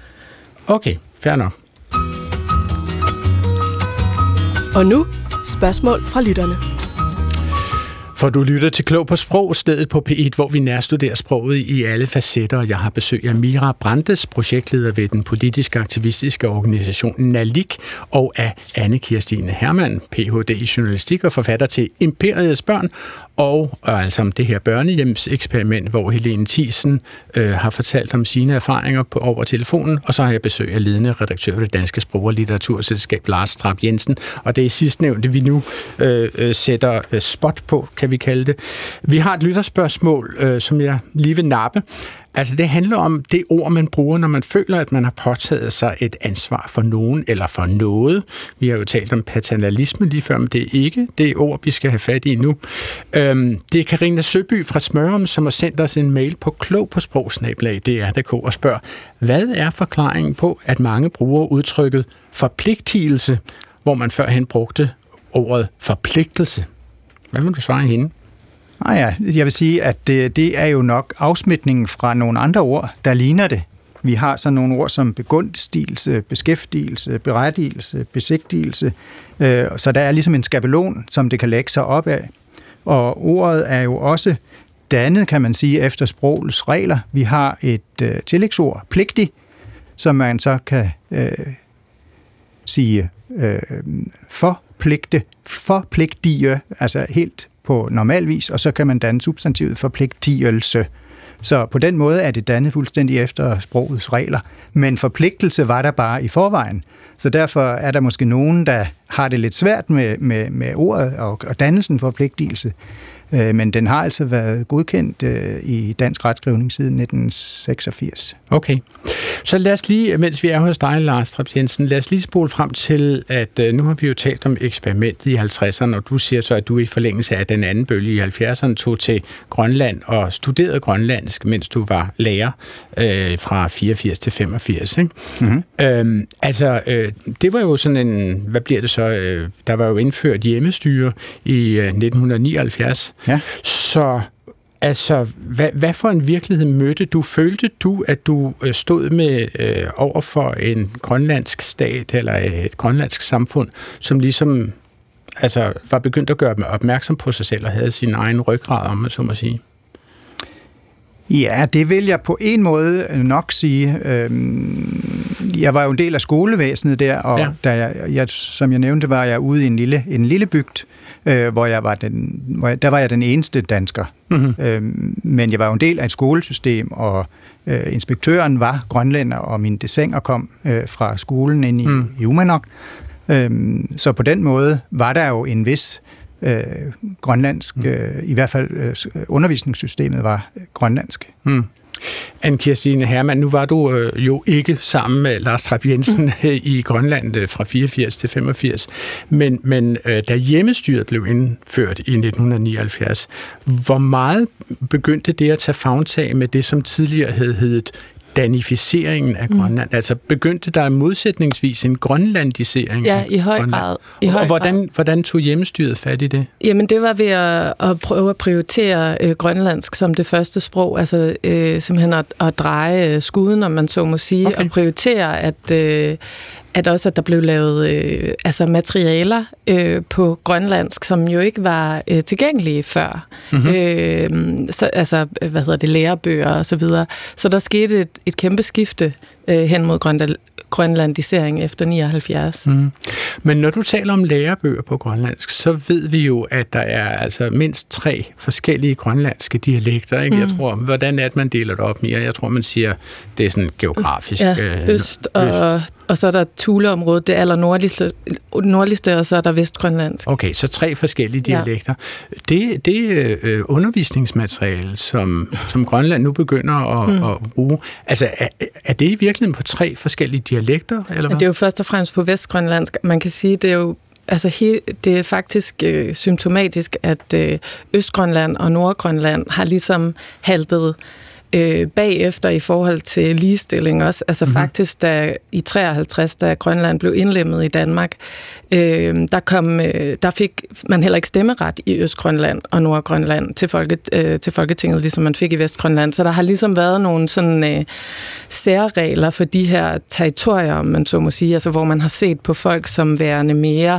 Okay, fair nok. Og nu spørgsmål fra lytterne. For du lytter til Klog på Sprog, stedet på P et, hvor vi nærstuderer sproget i alle facetter. Jeg har besøg af Mira Brandes, projektleder ved den politiske aktivistiske organisation Nalik, og af Anne Kirstine Hermann, P H D i journalistik og forfatter til Imperiets Børn, og altså om det her børnehjemseksperiment, hvor Helene Thiesen øh, har fortalt om sine erfaringer på, over telefonen, og så har jeg besøg af ledende redaktør ved det Danske Sprog- og Litteraturselskab, Lars Trap Jensen, og det er sidstnævnte, vi nu øh, øh, sætter øh, spot på, kan vi kalde det. Vi har et lytterspørgsmål, øh, som jeg lige vil nappe. Altså det handler om det ord, man bruger, når man føler, at man har påtaget sig et ansvar for nogen eller for noget. Vi har jo talt om paternalisme lige før, men det er ikke det ord, vi skal have fat i nu. Øhm, det er Karina Søby fra Smørum, som har sendt os en mail på klog på sprogsnablag punktum d r punktum d k og spørger, hvad er forklaringen på, at mange bruger udtrykket forpligtigelse, hvor man førhen brugte ordet forpligtelse? Hvad vil du svare hende? Ah ja, jeg vil sige, at det, det er jo nok afsmitningen fra nogle andre ord, der ligner det. Vi har så nogle ord som begunstigelse, beskæftigelse, berettigelse, besigtigelse, øh, så der er ligesom en skabelon, som det kan lægge sig op af. Og ordet er jo også dannet, kan man sige, efter sprogets regler. Vi har et øh, tillægsord, pligtig, som man så kan øh, sige øh, forpligte, forpligtige, altså helt på normal vis, og så kan man danne substantivet forpligtigelse. Så på den måde er det dannet fuldstændig efter sprogets regler. Men forpligtelse var der bare i forvejen. Så derfor er der måske nogen, der har det lidt svært med, med, med ordet og, og dannelsen forpligtigelse. Men den har altså været godkendt i dansk retskrivning siden nitten seksogfirs. Okay. Så lad os lige, mens vi er hos dig, Lars Trap Jensen, lad os lige spole frem til, at nu har vi jo talt om eksperimentet i halvtredserne, og du siger så, at du i forlængelse af den anden bølge i halvfjerdserne tog til Grønland og studerede grønlandsk, mens du var lærer øh, fra fireogfirs til femogfirs. Ikke? Mm-hmm. Øhm, altså, øh, det var jo sådan en, hvad bliver det så, øh, der var jo indført hjemmestyre i øh, nitten nioghalvfjerds. Ja. Så altså, hvad, hvad for en virkelighed mødte du? Følte du, at du stod med øh, over for en grønlandsk stat eller et grønlandsk samfund, som ligesom altså, var begyndt at gøre opmærksom på sig selv og havde sin egen ryggrad, om man så må sige? Ja, det vil jeg på en måde nok sige. Jeg var jo en del af skolevæsenet der, og ja. da jeg, jeg, som jeg nævnte, var jeg ude i en lille, en lille bygd, hvor jeg var den, hvor jeg, der var jeg den eneste dansker. Mm-hmm. Men jeg var jo en del af et skolesystem, og inspektøren var grønlænder, og mine dessiner kom fra skolen ind i, mm. i Umanok. Så på den måde var der jo en vis Øh, grønlandsk, mm. øh, i hvert fald øh, undervisningssystemet var øh, grønlandsk. Mm. Anne-Kirstine Hermann, nu var du øh, jo ikke sammen med Lars Trap Jensen mm. i Grønland øh, fra fireogfirs til femogfirs, men, men øh, da hjemmestyret blev indført i nitten nioghalvfjerds, hvor meget begyndte det at tage favntag med det, som tidligere hed heddet danificeringen af Grønland? Mm. Altså begyndte der modsætningsvis en grønlandisering ja, af i høj Grønland? grad. I høj og hvordan, hvordan tog hjemmestyret fat i det? Jamen det var ved at, at prøve at prioritere øh, grønlandsk som det første sprog, altså øh, simpelthen at, at dreje skuden, om man så må sige, okay. og prioritere, at øh, at også at der blev lavet øh, altså materialer øh, på grønlandsk, som jo ikke var øh, tilgængelige før. Mm-hmm. Øh, så, altså, hvad hedder det, lærebøger og så videre. Så der skete et, et kæmpe skifte øh, hen mod grønland, grønlandisering efter nioghalvfjerds. Mm. Men når du taler om lærebøger på grønlandsk, så ved vi jo, at der er altså mindst tre forskellige grønlandske dialekter. Ikke? Mm. Jeg tror, hvordan er det, man deler det op mere? Jeg tror, man siger, det er sådan geografisk. Ja, øh, øst og... Øst. Og så er der Thuleområdet, det aller nordligste, nordligste, og så er der Vestgrønlandsk. Okay, så tre forskellige dialekter. Ja. Det, det øh, undervisningsmateriale, som, som Grønland nu begynder at, mm. at bruge, altså er, er det i virkeligheden på tre forskellige dialekter? Eller hvad? Ja, det er jo først og fremmest på Vestgrønlandsk. Man kan sige, det er jo altså he, det er faktisk øh, symptomatisk, at øh, Østgrønland og Nordgrønland har ligesom haltet Øh, bagefter i forhold til ligestilling også. Altså mm-hmm. faktisk, da i treoghalvtreds, da Grønland blev indlemmet i Danmark, øh, der, kom, øh, der fik man heller ikke stemmeret i Østgrønland og Nordgrønland til, folket, øh, til Folketinget, ligesom man fik i Vestgrønland. Så der har ligesom været nogle sådan øh, særregler for de her territorier, man så må sige, altså hvor man har set på folk som værende mere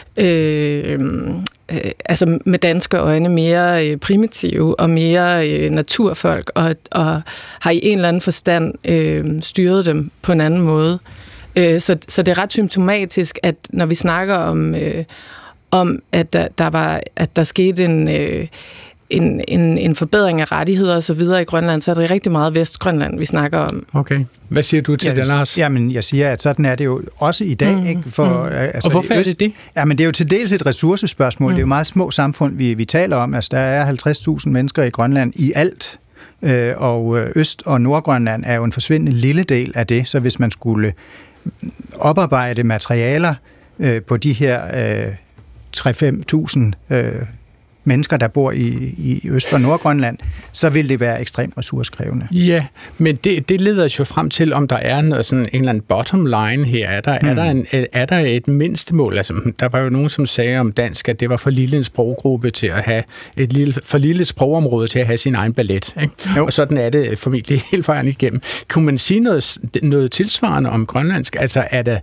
øh, øh, altså med danske øjne mere øh, primitive og mere øh, naturfolk, og, og har i en eller anden forstand øh, styret dem på en anden måde. Øh, så, så det er ret symptomatisk, at når vi snakker om, øh, om, at der, der, var, at der skete en... Øh, En, en, en forbedring af rettigheder og så videre i Grønland, så er det rigtig meget Vestgrønland, vi snakker om. Okay. Hvad siger du til ja, det, Lars? Jamen, jeg siger, at sådan er det jo også i dag. Mm. Ikke? For, mm. altså, og hvorfor er det det? Jamen, det er jo til dels et ressourcespørgsmål. Mm. Det er jo meget små samfund, vi, vi taler om. Altså, der er halvtreds tusind mennesker i Grønland i alt, øh, og Øst- og Nordgrønland er jo en forsvindende lille del af det. Så hvis man skulle oparbejde materialer øh, på de her øh, tre til fem tusind øh, mennesker, der bor i, i Øst- og Nordgrønland, så vil det være ekstremt ressourcekrævende. Ja, men det, det leder os jo frem til, om der er noget, sådan en eller anden bottom line her. Er der, mm. er der, en, er der et mindstemål? Altså, der var jo nogen, som sagde om dansk, at det var for lille en sproggruppe til at have et lille, for lille et sprogområde til at have sin egen ballet. Ikke? Og sådan er det formentlig helt vejen igennem. Kunne man sige noget, noget tilsvarende om grønlandsk? Altså, er der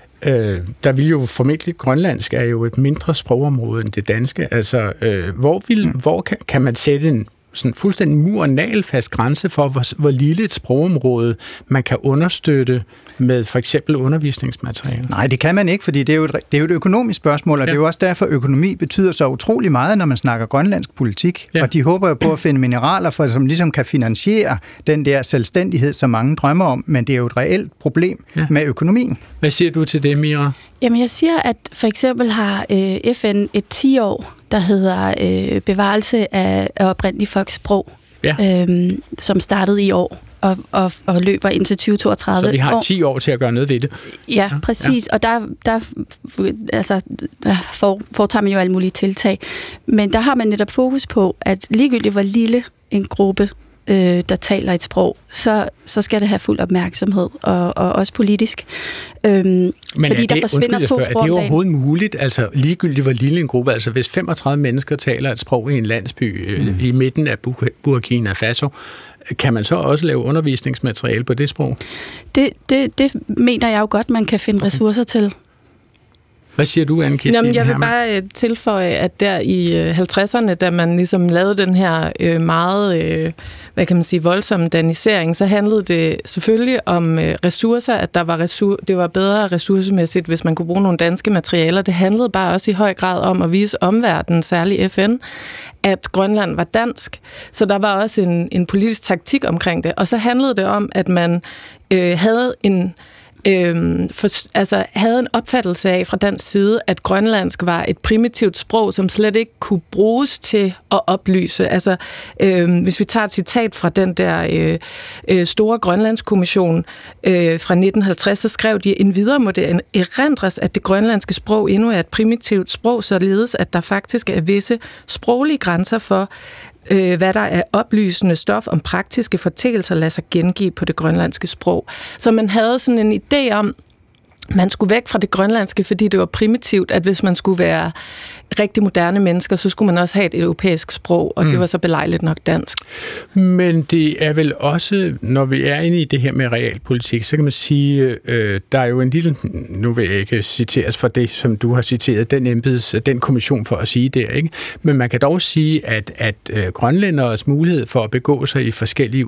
Øh, der vil jo formentlig, grønlandsk er jo et mindre sprogområde end det danske. Altså, øh, hvor, vil, mm. hvor kan, kan man sætte en sådan fuldstændig mur- og nagelfast grænse for, hvor, hvor lille et sprogområde man kan understøtte med for eksempel undervisningsmateriale? Nej, det kan man ikke, fordi det er jo et, det er jo et økonomisk spørgsmål, og ja. Det er jo også derfor, økonomi betyder så utrolig meget, når man snakker grønlandsk politik. Ja. Og de håber jo på at finde mineraler, for, som ligesom kan finansiere den der selvstændighed, som mange drømmer om, men det er jo et reelt problem ja. Med økonomien. Hvad siger du til det, Mira? Jamen, jeg siger, at for eksempel har øh, F N et ti år, der hedder øh, bevarelse af, af oprindelige folks sprog, ja. øhm, som startede i år og, og, og løber indtil tyve toogtredive. Så vi har ti år til at gøre noget ved det. Ja, præcis. Ja. Og der, der altså, for, foretager man jo alle mulige tiltag. Men der har man netop fokus på, at ligegyldigt hvor lille en gruppe, øh, der taler et sprog, så, så skal det have fuld opmærksomhed, og, og også politisk. Øhm, Men fordi det, der forsvinder undskyld, to sprog. Er det overhovedet muligt, altså ligegyldigt hvor lille en gruppe, altså hvis femogtredive mennesker taler et sprog i en landsby mm. øh, i midten af Burkina Faso, kan man så også lave undervisningsmateriale på det sprog? Det, det, det mener jeg jo godt, man kan finde ressourcer til. Hvad siger du, Anne-Kirstine? Jamen, jeg vil bare tilføje, at der i halvtredserne, da man ligesom lavede den her øh, meget, øh, hvad kan man sige, voldsomme danisering, så handlede det selvfølgelig om øh, ressourcer, at der var ressour- det var bedre ressourcemæssigt, hvis man kunne bruge nogle danske materialer. Det handlede bare også i høj grad om at vise omverdenen, særligt F N, at Grønland var dansk. Så der var også en, en politisk taktik omkring det. Og så handlede det om, at man øh, havde en Øhm, for, altså havde en opfattelse af fra dansk side, at grønlandsk var et primitivt sprog, som slet ikke kunne bruges til at oplyse. Altså, øhm, hvis vi tager et citat fra den der øh, øh, store Grønlandskommission øh, fra nitten halvtreds, så skrev de, endvidere må det erindres, at det grønlandske sprog endnu er et primitivt sprog, således at der faktisk er visse sproglige grænser for, hvad der er oplysende stof om praktiske fortællinger, lader sig gengive på det grønlandske sprog. Så man havde sådan en idé om, man skulle væk fra det grønlandske, fordi det var primitivt, at hvis man skulle være rigtig moderne mennesker, så skulle man også have et europæisk sprog, og mm. det var så belejligt nok dansk. Men det er vel også, når vi er inde i det her med realpolitik, så kan man sige, øh, der er jo en lille, nu vil jeg ikke citeres for det, som du har citeret, den embeds, den kommission for at sige det, ikke? Men man kan dog sige, at, at øh, grønlænderes mulighed for at begå sig i forskellige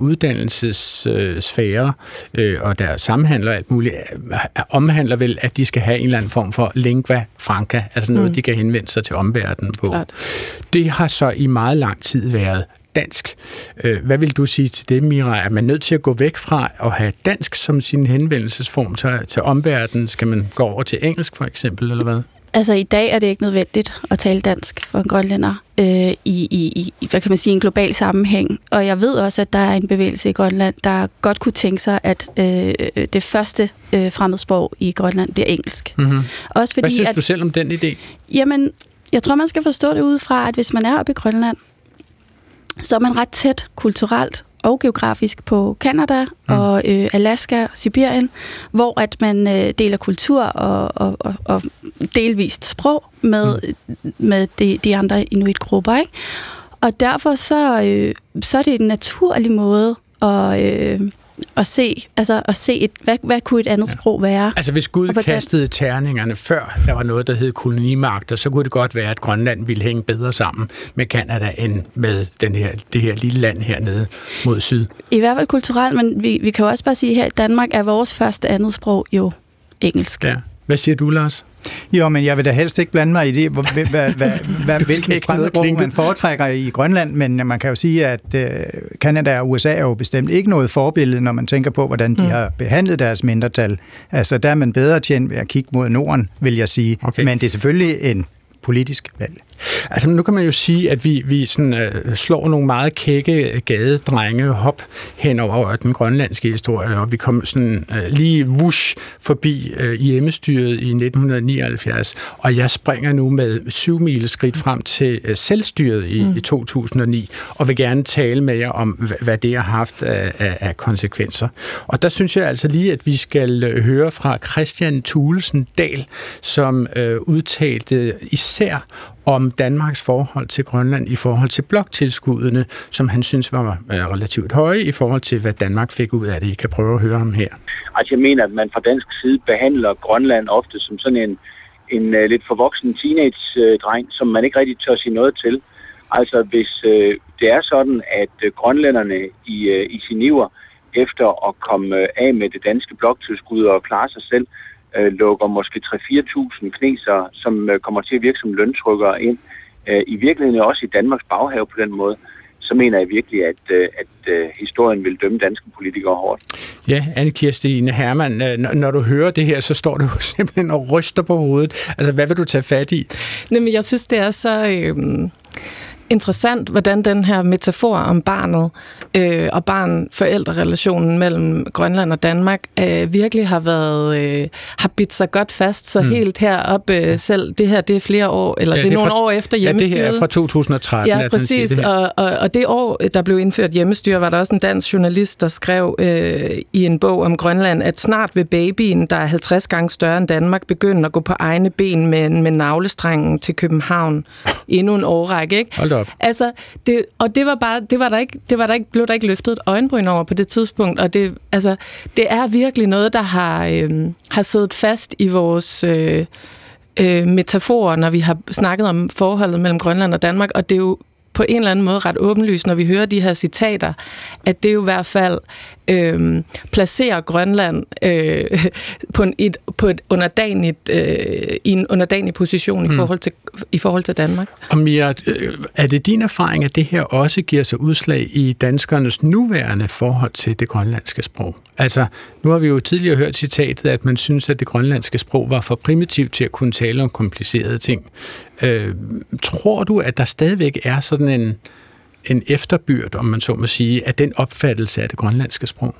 uddannelsessfærer øh, og der samhandler alt muligt, øh, omhandler vel, at de skal have en eller anden form for lingua franca, altså noget, mm. de kan henvende sig til omverdenen på. Klart. Det har så i meget lang tid været dansk. Hvad vil du sige til det, Mira? Er man nødt til at gå væk fra at have dansk som sin henvendelsesform til, til omverdenen? Skal man gå over til engelsk for eksempel, eller hvad? Altså i dag er det ikke nødvendigt at tale dansk for en grønlænder øh, i, i, i, hvad kan man sige, en global sammenhæng. Og jeg ved også, at der er en bevægelse i Grønland, der godt kunne tænke sig, at øh, det første øh, fremmedsprog i Grønland bliver engelsk. Mm-hmm. Også fordi, hvad synes at, du selv om den idé? Jamen, jeg tror, man skal forstå det udefra, at hvis man er oppe i Grønland, så er man ret tæt kulturelt og geografisk på Canada mm. og øh, Alaska og Sibirien, hvor at man øh, deler kultur og, og, og, og delvist sprog med, mm. med de, de andre inuitgrupper, ikke? Og derfor så, øh, så er det en naturlig måde at... Øh, at se, altså at se et, hvad, hvad kunne et andet ja. sprog være? Altså hvis Gud kastede terningerne før der var noget, der hed kolonimagter, så kunne det godt være, at Grønland ville hænge bedre sammen med Canada end med den her, det her lille land hernede mod syd. I hvert fald kulturelt, men vi, vi kan jo også bare sige, at her i Danmark er vores første andet sprog jo engelsk. Ja. Hvad siger du, Lars? Jo, men jeg vil da helst ikke blande mig i det, hvad, hvad, hvad, hvad, hvilken fremmedsprog man foretrækker i Grønland, men man kan jo sige, at øh, Canada og U S A er jo bestemt ikke noget forbillede, når man tænker på, hvordan de mm. har behandlet deres mindretal. Altså, der er man bedre tjent ved at kigge mod Norden, vil jeg sige. Okay. Men det er selvfølgelig en politisk valg. Altså nu kan man jo sige, at vi, vi sådan, øh, slår nogle meget kække gadedrenge hop hen over den grønlandske historie, og vi kom sådan øh, lige whoosh forbi øh, hjemmestyret i nitten nioghalvfjerds, og jeg springer nu med syv mile skridt frem til øh, selvstyret i, mm. i to tusind og ni, og vil gerne tale med jer om, hvad det har haft af, af, af konsekvenser. Og der synes jeg altså lige, at vi skal øh, høre fra Christian Thulesen Dahl, som øh, udtalte især om Danmarks forhold til Grønland i forhold til bloktilskuddene, som han synes var relativt høje i forhold til, hvad Danmark fik ud af det. I kan prøve at høre ham her. Altså jeg mener, at man fra dansk side behandler Grønland ofte som sådan en, en uh, lidt forvoksen teenage-dreng, som man ikke rigtig tør sige noget til. Altså hvis uh, det er sådan, at uh, grønlænderne i, uh, i sin iver efter at komme uh, af med det danske bloktilskud og klare sig selv, Øh, lukker måske tre til fire tusind kinesere, som øh, kommer til at virke som løntrykkere ind. Øh, I virkeligheden også i Danmarks baghave på den måde, så mener jeg virkelig, at, øh, at øh, historien vil dømme danske politikere hårdt. Ja, Anne-Kirstine Hermann, øh, når, når du hører det her, så står du simpelthen og ryster på hovedet. Altså, hvad vil du tage fat i? Jamen, jeg synes, det er så Øh... interessant, hvordan den her metafor om barnet øh, og barn-forældrerelationen mellem Grønland og Danmark øh, virkelig har været øh, har bidt sig godt fast, så mm. helt heroppe øh, selv, det her, det er flere år, eller ja, det er, det er nogle fra, år efter hjemmestyret. Ja, det her er fra to tusind og tretten. Ja, præcis, det og, og, og det år, der blev indført hjemmestyre, var der også en dansk journalist, der skrev øh, i en bog om Grønland, at snart vil babyen, der er halvtreds gange større end Danmark, begynde at gå på egne ben med, med navlestrengen til København endnu en årrække, ikke? Hold da op. Altså, det, og det var bare, det var der ikke, det var der ikke, blev der ikke løftet et øjenbryn over på det tidspunkt, og det, altså, det er virkelig noget, der har, øh, har siddet fast i vores øh, øh, metaforer, når vi har snakket om forholdet mellem Grønland og Danmark, og det er jo på en eller anden måde ret åbenlyst, når vi hører de her citater, at det jo i hvert fald øh, placerer Grønland øh, på, en, et, på et underdanigt, øh, i en underdanig position mm. i, forhold til, i forhold til Danmark. Og Mia, er det din erfaring, at det her også giver sig udslag i danskernes nuværende forhold til det grønlandske sprog? Altså, nu har vi jo tidligere hørt citatet, at man synes, at det grønlandske sprog var for primitivt til at kunne tale om komplicerede ting. Øh, tror du, at der stadigvæk er sådan en, en efterbyrd, om man så må sige, af den opfattelse af det grønlandske sprog?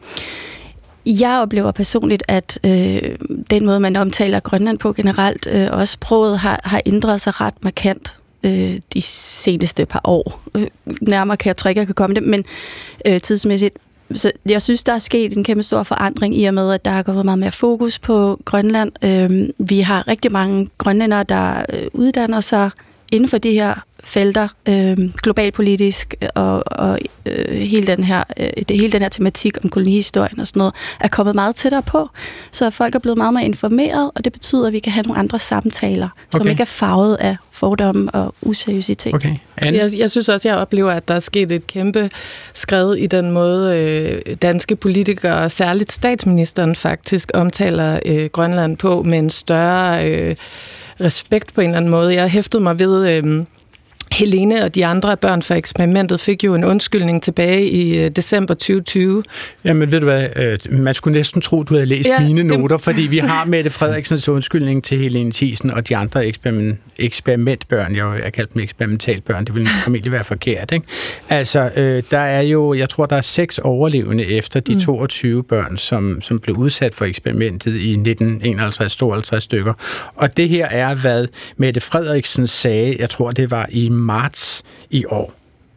Jeg oplever personligt, at øh, den måde, man omtaler Grønland på generelt, øh, også sproget har, har ændret sig ret markant øh, de seneste par år. Øh, nærmere kan jeg tror ikke, jeg kan komme det, men øh, tidsmæssigt. Så jeg synes, der er sket en kæmpe stor forandring i og med, at der har gået meget mere fokus på Grønland. Øh, vi har rigtig mange grønlændere, der øh, uddanner sig inden for de her felter, øh, globalpolitisk og, og øh, hele, den her, øh, det, hele den her tematik om kolonihistorien og sådan noget, er kommet meget tættere på. Så folk er blevet meget mere informeret, og det betyder, at vi kan have nogle andre samtaler, okay. som ikke er farvet af fordomme og useriøsitet. Okay. Jeg, jeg synes også, jeg oplever, at der er sket et kæmpe skred i den måde, øh, danske politikere, særligt statsministeren faktisk, omtaler øh, Grønland på med en større øh, respekt på en eller anden måde. Jeg hæftede mig ved Øh, Helene og de andre børn for eksperimentet fik jo en undskyldning tilbage i december tyve tyve. Jamen ved du hvad, man skulle næsten tro, du havde læst ja, mine noter, det... fordi vi har Mette Frederiksens undskyldning til Helene Thiesen og de andre eksperiment, eksperimentbørn. Jeg har kaldt dem eksperimentalbørn, det vil formentlig være forkert, ikke? Altså, øh, der er jo, jeg tror, der er seks overlevende efter de mm. toogtyve børn, som, som blev udsat for eksperimentet i nitten enoghalvtreds tooghalvtreds stykker. Og det her er, hvad Mette Frederiksen sagde, jeg tror, det var i marts i år.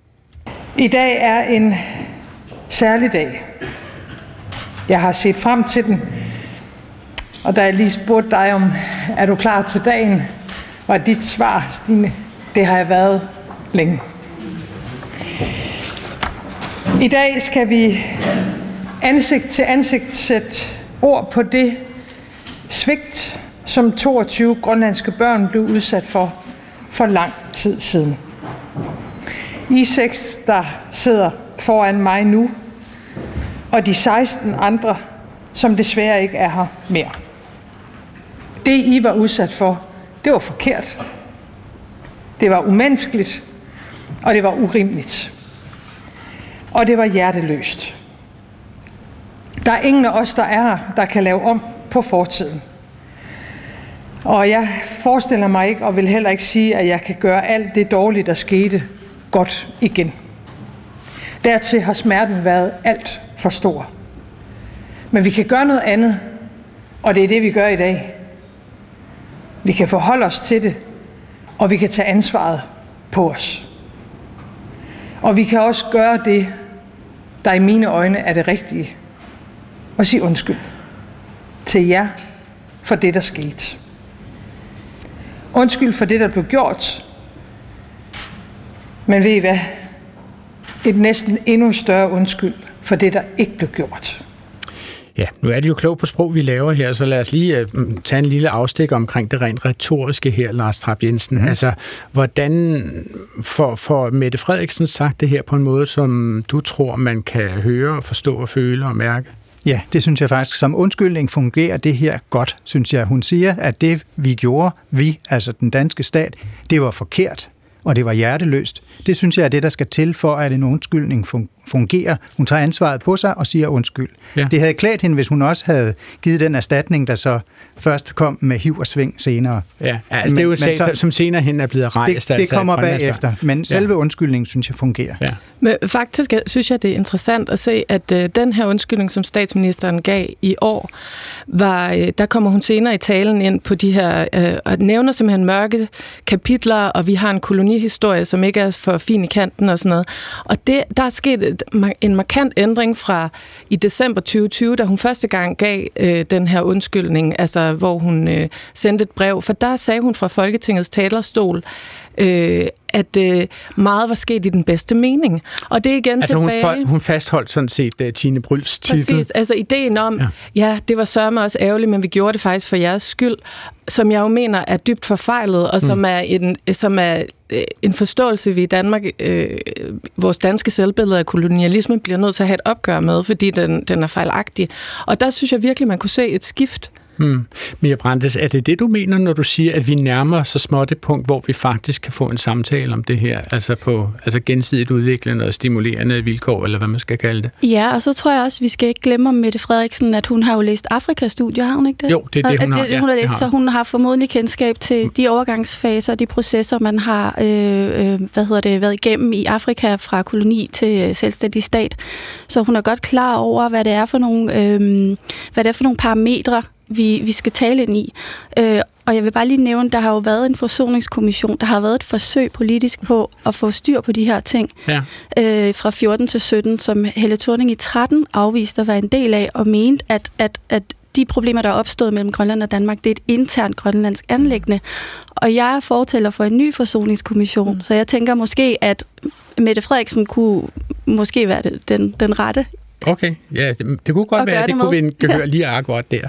I dag er en særlig dag. Jeg har set frem til den, og da jeg lige spurgte dig om, er du klar til dagen, var dit svar, Stine, det har jeg været længe. I dag skal vi ansigt til ansigt sætte ord på det svigt, som toogtyve grønlandske børn blev udsat for for lang tid siden. I seks, der sidder foran mig nu, og de seksten andre, som desværre ikke er her mere. det, I var udsat for, det var forkert. Det var umenneskeligt, og det var urimeligt. Og det var hjerteløst. Der er ingen af os, der er her, der kan lave om på fortiden. Og jeg forestiller mig ikke, og vil heller ikke sige, at jeg kan gøre alt det dårlige, der skete, godt igen. Dertil har smerten været alt for stor. Men vi kan gøre noget andet, og det er det, vi gør i dag. Vi kan forholde os til det, og vi kan tage ansvaret på os. Og vi kan også gøre det, der i mine øjne er det rigtige. Og sige undskyld til jer for det, der skete. Undskyld for det, der blev gjort. Men ved I hvad? Et næsten endnu større undskyld for det, der ikke blev gjort. Ja, nu er det jo klogt på sprog, vi laver her, så lad os lige uh, tage en lille afstik omkring det rent retoriske her, Lars Trap Jensen. Mm. Altså, hvordan får, får Mette Frederiksen sagt det her på en måde, som du tror, man kan høre, forstå og føle og mærke? Ja, det synes jeg faktisk. Som undskyldning fungerer det her godt, synes jeg. Hun siger, at det vi gjorde, vi, altså den danske stat, det var forkert, og det var hjerteløst. Det synes jeg er det, der skal til for, at en undskyldning fungerer. Hun tager ansvaret på sig og siger undskyld. Ja. Det havde klædt hende, hvis hun også havde givet den erstatning, der så først kom med hiv og sving senere. Ja, altså men, det er jo en sag, så, som senere hen er blevet rejst. Det, det kommer bagefter, men selve ja. undskyldningen, synes jeg, fungerer. Ja. Men faktisk synes jeg, det er interessant at se, at øh, den her undskyldning, som statsministeren gav i år, var, øh, der kommer hun senere i talen ind på de her, øh, og nævner simpelthen mørke kapitler, og vi har en kolonihistorie, som ikke er for fin i kanten og sådan noget. Og det, der er sket et, en markant ændring fra i december tyve tyve, da hun første gang gav øh, den her undskyldning, altså hvor hun øh, sendte et brev, for der sagde hun fra Folketingets talerstol, øh, at øh, meget var sket i den bedste mening. Og det er igen altså tilbage... Hun, for, hun fastholdt sådan set uh, Tine Bryls titel. Præcis, altså ideen om, ja. ja, det var sørme også ærgerligt, men vi gjorde det faktisk for jeres skyld, som jeg jo mener er dybt forfejlet, og som mm. er en, som er en forståelse, vi i Danmark, øh, vores danske selvbillede af kolonialisme, bliver nødt til at have et opgør med, fordi den, den er fejlagtig. Og der synes jeg virkelig, man kunne se et skift. Hmm. Mia Brandes, er det det, du mener, når du siger, at vi nærmer os så småt et punkt, hvor vi faktisk kan få en samtale om det her, altså på altså gensidigt udviklende og stimulerende vilkår, eller hvad man skal kalde det? Ja, og så tror jeg også, vi skal ikke glemme om Mette Frederiksen, at hun har jo læst Afrikastudier, har hun ikke det? Jo, det er det, hun har. Ja, hun har læst, har. Så hun har formodentlig kendskab til de overgangsfaser, de processer, man har øh, øh, hvad hedder det, været igennem i Afrika fra koloni til selvstændig stat. Så hun er godt klar over, hvad det er for nogle, øh, hvad det er for nogle parametre, vi, vi skal tale ind i. Øh, og jeg vil bare lige nævne, der har jo været en forsoningskommission, der har været et forsøg politisk på at få styr på de her ting ja. øh, fra fjorten til sytten, som Helle Thorning i tretten afviste at være en del af, og mente, at, at, at de problemer, der er opstået mellem Grønland og Danmark, det er et internt grønlandsk anliggende. Og jeg er fortæller for en ny forsoningskommission, mm. så jeg tænker måske, at Mette Frederiksen kunne måske være den, den rette. Okay, ja, det, det kunne godt være, at det, det kunne vi en gehør lige akkurat der.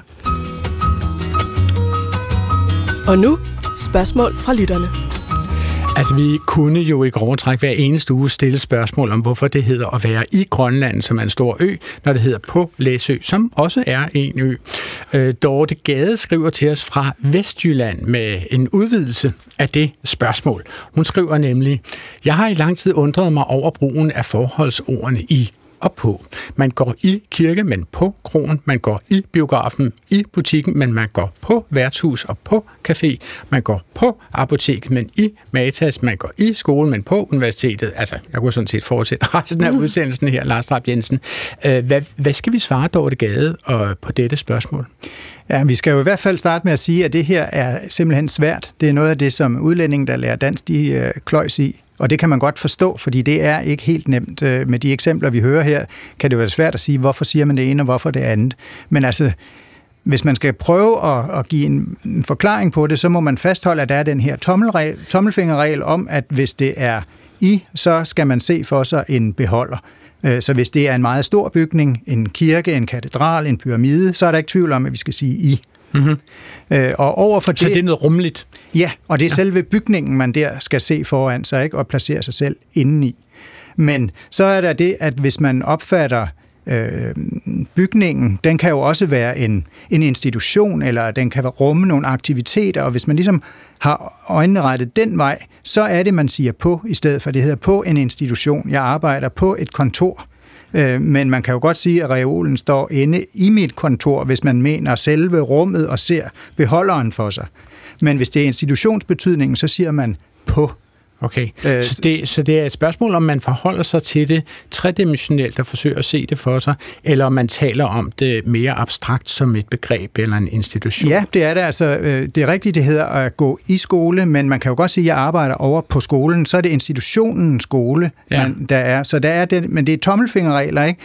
Og nu spørgsmål fra lytterne. Altså, vi kunne jo i grove træk hver eneste uge stille spørgsmål om, hvorfor det hedder at være i Grønland, som er en stor ø, når det hedder på Læsø, som også er en ø. Øh, Dorte Gade skriver til os fra Vestjylland med en udvidelse af det spørgsmål. Hun skriver nemlig, jeg har i lang tid undret mig over brugen af forholdsordene i og på. Man går i kirke, men på kroen. Man går i biografen, i butikken, men man går på værtshus og på café. Man går på apoteket, men i Matas. Man går i skole, men på universitetet. Altså, jeg kunne sådan set fortsætte resten af udsendelsen her, Lars Trap Jensen. Hvad, hvad skal vi svare, Dorte Gade, på dette spørgsmål? Ja, vi skal jo i hvert fald starte med at sige, at det her er simpelthen svært. Det er noget af det, som udlændinge, der lærer dansk, de øh, kløjs i. Og det kan man godt forstå, fordi det er ikke helt nemt. Med de eksempler, vi hører her, kan det være svært at sige, hvorfor siger man det ene, og hvorfor det andet. Men altså, hvis man skal prøve at, at give en, en forklaring på det, så må man fastholde, at der er den her tommelregel, tommelfingerregel om, at hvis det er i, så skal man se for sig en beholder. Så hvis det er en meget stor bygning, en kirke, en katedral, en pyramide, så er der ikke tvivl om, at vi skal sige i. Mm-hmm. Og over for så det, det er noget rummeligt? Ja, og det er ja. selve bygningen, man der skal se foran sig, ikke, og placere sig selv indeni. Men så er der det, at hvis man opfatter øh, bygningen, den kan jo også være en, en institution, eller den kan rumme nogle aktiviteter, og hvis man ligesom har øjnene rettet den vej, så er det, man siger på, i stedet for det hedder på en institution. Jeg arbejder på et kontor. Men man kan jo godt sige, at reolen står inde i mit kontor, hvis man mener selve rummet og ser beholderen for sig. Men hvis det er institutionsbetydningen, så siger man på. Okay, øh, så, det, så det er et spørgsmål, om man forholder sig til det tredimensionelt og forsøger at se det for sig, eller om man taler om det mere abstrakt som et begreb eller en institution? Ja, det er det. Altså, det er rigtigt, det hedder at gå i skole, men man kan jo godt sige, at jeg arbejder over på skolen, så er det institutionens skole, ja. man, der er. Så der er det, men det er tommelfingerregler, ikke?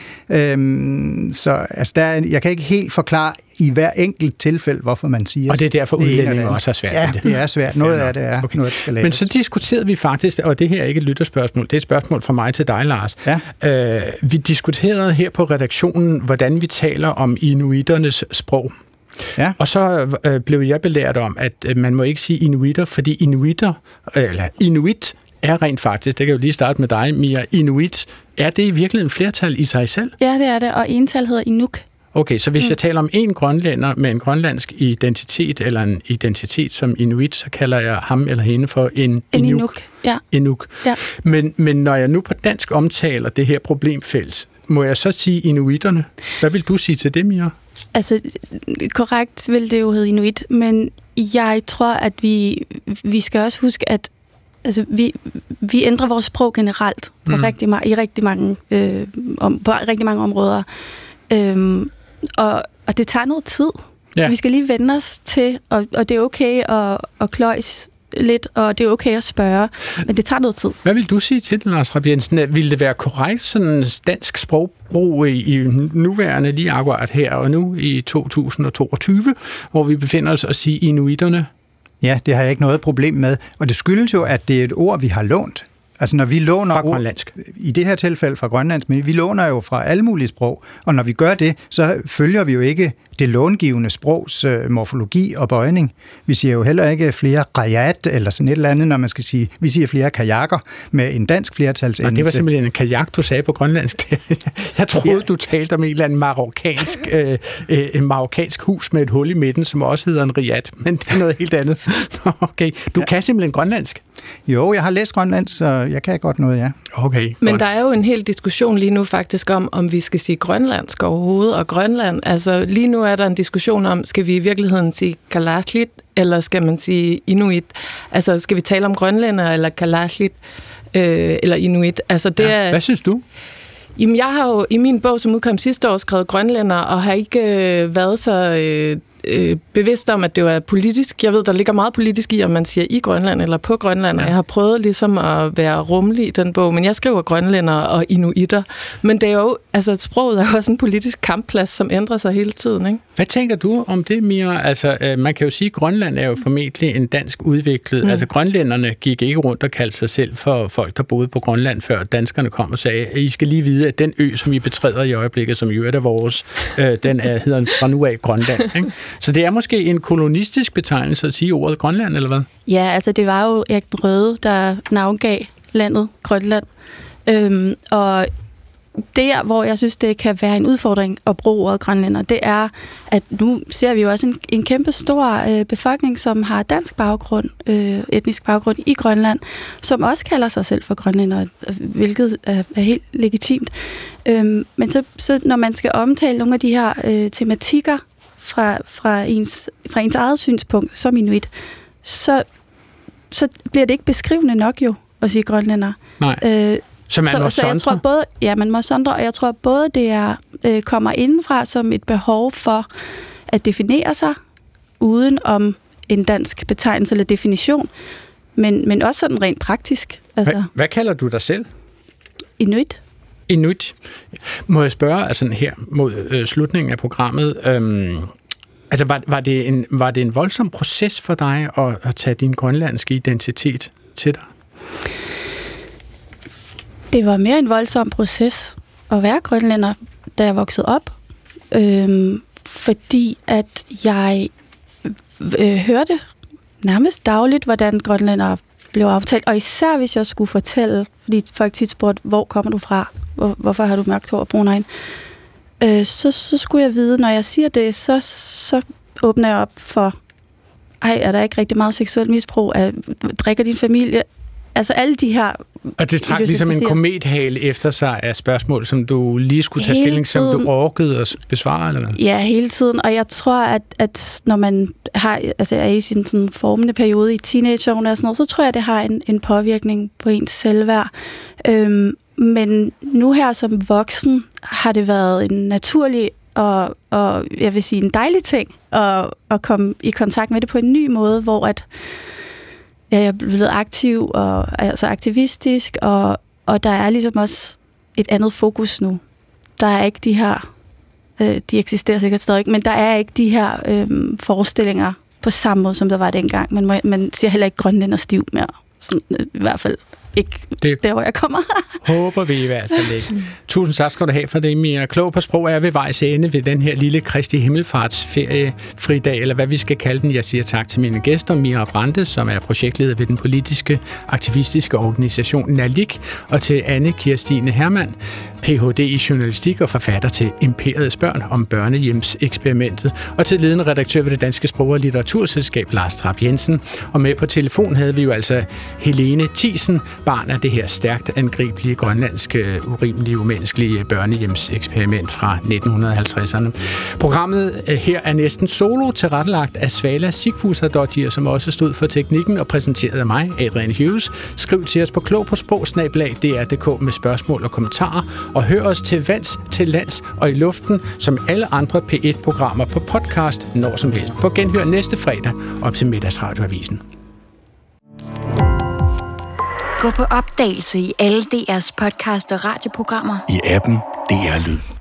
Øhm, så altså, der er, jeg kan ikke helt forklare i hver enkelt tilfælde, hvorfor man siger. Og det er derfor udlændinge også er svært. Ja, det. det er svært. Noget af det er okay. noget, der skal laves. Men så diskuterede vi faktisk, og det her er ikke et lytterspørgsmål, det er et spørgsmål fra mig til dig, Lars. Ja. Øh, vi diskuterede her på redaktionen, hvordan vi taler om inuiternes sprog. Ja. Og så øh, blev jeg belært om, at øh, man må ikke sige inuiter, fordi inuiter, øh, eller inuit, er rent faktisk, det kan jo lige starte med dig, Mia, inuit, er det i virkeligheden en flertal i sig selv? Ja, det er det, og ental hedder inuk. Okay, så hvis mm. jeg taler om en grønlænder med en grønlandsk identitet, eller en identitet som inuit, så kalder jeg ham eller hende for en, en inuk. inuk. Ja. Inuk. Ja. Men, men når jeg nu på dansk omtaler det her problemfelt, må jeg så sige inuiterne? Hvad vil du sige til det, Mia? Altså, korrekt vil det jo hedde inuit, men jeg tror, at vi, vi skal også huske, at altså, vi, vi ændrer vores sprog generelt på mm. rigtig, i rigtig mange, øh, om, på rigtig mange områder. Øhm, og, og det tager noget tid. Ja. Vi skal lige vende os til, og, og det er okay at, at kløjs lidt, og det er okay at spørge, men det tager noget tid. Hvad vil du sige til det, Lars Rapp Jensen? Vil det være korrekt, sådan dansk sprogbrug i, i nuværende, lige akkurat her og nu, i to tusind og toogtyve, hvor vi befinder os og sige inuiterne? Ja, det har jeg ikke noget problem med, og det skyldes jo, at det er et ord, vi har lånt. Altså når vi låner fra grønlandsk. I det her tilfælde fra grønlandsk, men vi låner jo fra alle mulige sprog, og når vi gør det, så følger vi jo ikke det långivende sprogs øh, morfologi og bøjning. Vi siger jo heller ikke flere kajat eller sådan et eller andet, når man skal sige, vi siger flere kajakker med en dansk flertalsendelse. Det var simpelthen en kajak, du sagde på grønlandsk. Jeg troede, ja. du talte om en eller anden marokkansk, øh, en marokkansk hus med et hul i midten, som også hedder en riat, men det er noget helt andet. Okay, du ja. kan simpelthen grønlandsk? Jo, jeg har læst grønlandsk, så jeg kan godt noget, ja. Okay, men godt. Der er jo en hel diskussion lige nu faktisk om, om vi skal sige grønlandsk overhovedet, og Grønland, altså lige nu er der en diskussion om, skal vi i virkeligheden sige kalaallit, eller skal man sige inuit? Altså, skal vi tale om grønlænder, eller kalaallit, øh, eller inuit? Altså, det ja. er... Hvad synes du? Jamen, jeg har jo i min bog, som udkom sidste år, skrevet grønlænder, og har ikke øh, været så... Øh, øh, bevidst om, at det var politisk. Jeg ved, der ligger meget politisk i, om man siger i Grønland eller på Grønland, ja. Og jeg har prøvet ligesom at være rummelig i den bog, men jeg skriver grønlænder og inuitter. Men det er jo, altså sproget er jo også en politisk kampplads, som ændrer sig hele tiden, ikke? Hvad tænker du om det, Mia? Altså, øh, man kan jo sige, at Grønland er jo formentlig en dansk udviklet. Mm. Altså, grønlænderne gik ikke rundt og kaldte sig selv for folk, der boede på Grønland, før danskerne kom og sagde, I skal lige vide, at den ø, som I betræder i øjeblikket, som jo er der vores, øh, den er, hedder fra nu af Grønland, ikke? Så det er måske en kolonistisk betegnelse at sige ordet Grønland, eller hvad? Ja, altså det var jo Erik den Røde, der navngav landet Grønland. Øhm, og der, hvor jeg synes, det kan være en udfordring at bruge ordet grønlænder, det er, at nu ser vi jo også en, en kæmpe stor øh, befolkning, som har dansk baggrund, øh, etnisk baggrund i Grønland, som også kalder sig selv for grønlænder, hvilket er, er helt legitimt. Øhm, men så, så når man skal omtale nogle af de her øh, tematikker fra, fra, ens, fra ens eget synspunkt som inuit, så, så bliver det ikke beskrivende nok jo at sige grønlænder. Nej. Øh, Så man så, må så jeg tror både, ja, man må sondre, og jeg tror både det er, øh, kommer indenfra som et behov for at definere sig uden om en dansk betegnelse eller definition, men, men også sådan rent praktisk. Altså, hvad, hvad kalder du dig selv? Inuit. Inuit. Må jeg spørge, altså her mod øh, slutningen af programmet, øhm, altså var, var, det en, var det en voldsom proces for dig at, at tage din grønlandske identitet til dig? Det var mere en voldsom proces at være grønlænder, da jeg voksede op. Øhm, fordi at jeg øh, hørte nærmest dagligt, hvordan grønlændere blev aftalt. Og især hvis jeg skulle fortælle, fordi folk tit spurgte, hvor kommer du fra? Hvor, hvorfor har du mørkt hår og brun øjne? øh, så, så skulle jeg vide, når jeg siger det, så, så åbner jeg op for, ej, er der ikke rigtig meget seksuelt misbrug? Er, drikker din familie? Altså alle de her... Og det trak ligesom en komethale efter sig af spørgsmål, som du lige skulle tage hele stilling, tiden, som du orkede at besvare, eller hvad? Ja, hele tiden. Og jeg tror, at, at når man har, altså er i sin sådan formende periode i teenageårene og sådan noget, så tror jeg, det har en, en påvirkning på ens selvværd. Øhm, men nu her som voksen har det været en naturlig og, og jeg vil sige en dejlig ting at, at komme i kontakt med det på en ny måde, hvor at ja, jeg er blevet aktiv og altså aktivistisk, og, og der er ligesom også et andet fokus nu. Der er ikke de her, øh, de eksisterer sikkert stadig, men der er ikke de her øh, forestillinger på samme måde, som der var dengang. Man, må, man siger heller ikke grønlænder stiv mere, sådan, øh, i hvert fald ikke det der, hvor jeg kommer. Håber vi i hvert fald ikke. Tusind tak skal du have for det, Mia. Klog på sprog er ved vejs ende ved den her lille Kristi Himmelfartsferiefridag, eller hvad vi skal kalde den. Jeg siger tak til mine gæster, Mira Brande, som er projektleder ved den politiske aktivistiske organisation Nalik, og til Anne Kirstine Hermann, P H D i journalistik og forfatter til Imperiets Børn om børnehjemseksperimentet, og til ledende redaktør ved det Danske Sprog- og Litteraturselskab, Lars Trapp Jensen. Og med på telefon havde vi jo altså Helene Thiesen, barn af det her stærkt angribelige grønlandske, urimelige, umenneskelige børnehjemseksperiment fra nitten halvtredserne. Programmet her er næsten solo tilrettelagt af Svala Sigfusardottir, som også stod for teknikken og præsenteret af mig, Adrian Hughes. Skriv til os på klog på sprog snabel-a d r punktum d k med spørgsmål og kommentarer, og hør os til vands, til lands og i luften, som alle andre P et programmer på podcast når som helst. På genhør næste fredag op til Middagsradioavisen. Gå på opdagelse i alle D R's podcast og radioprogrammer. I appen D R Lyd.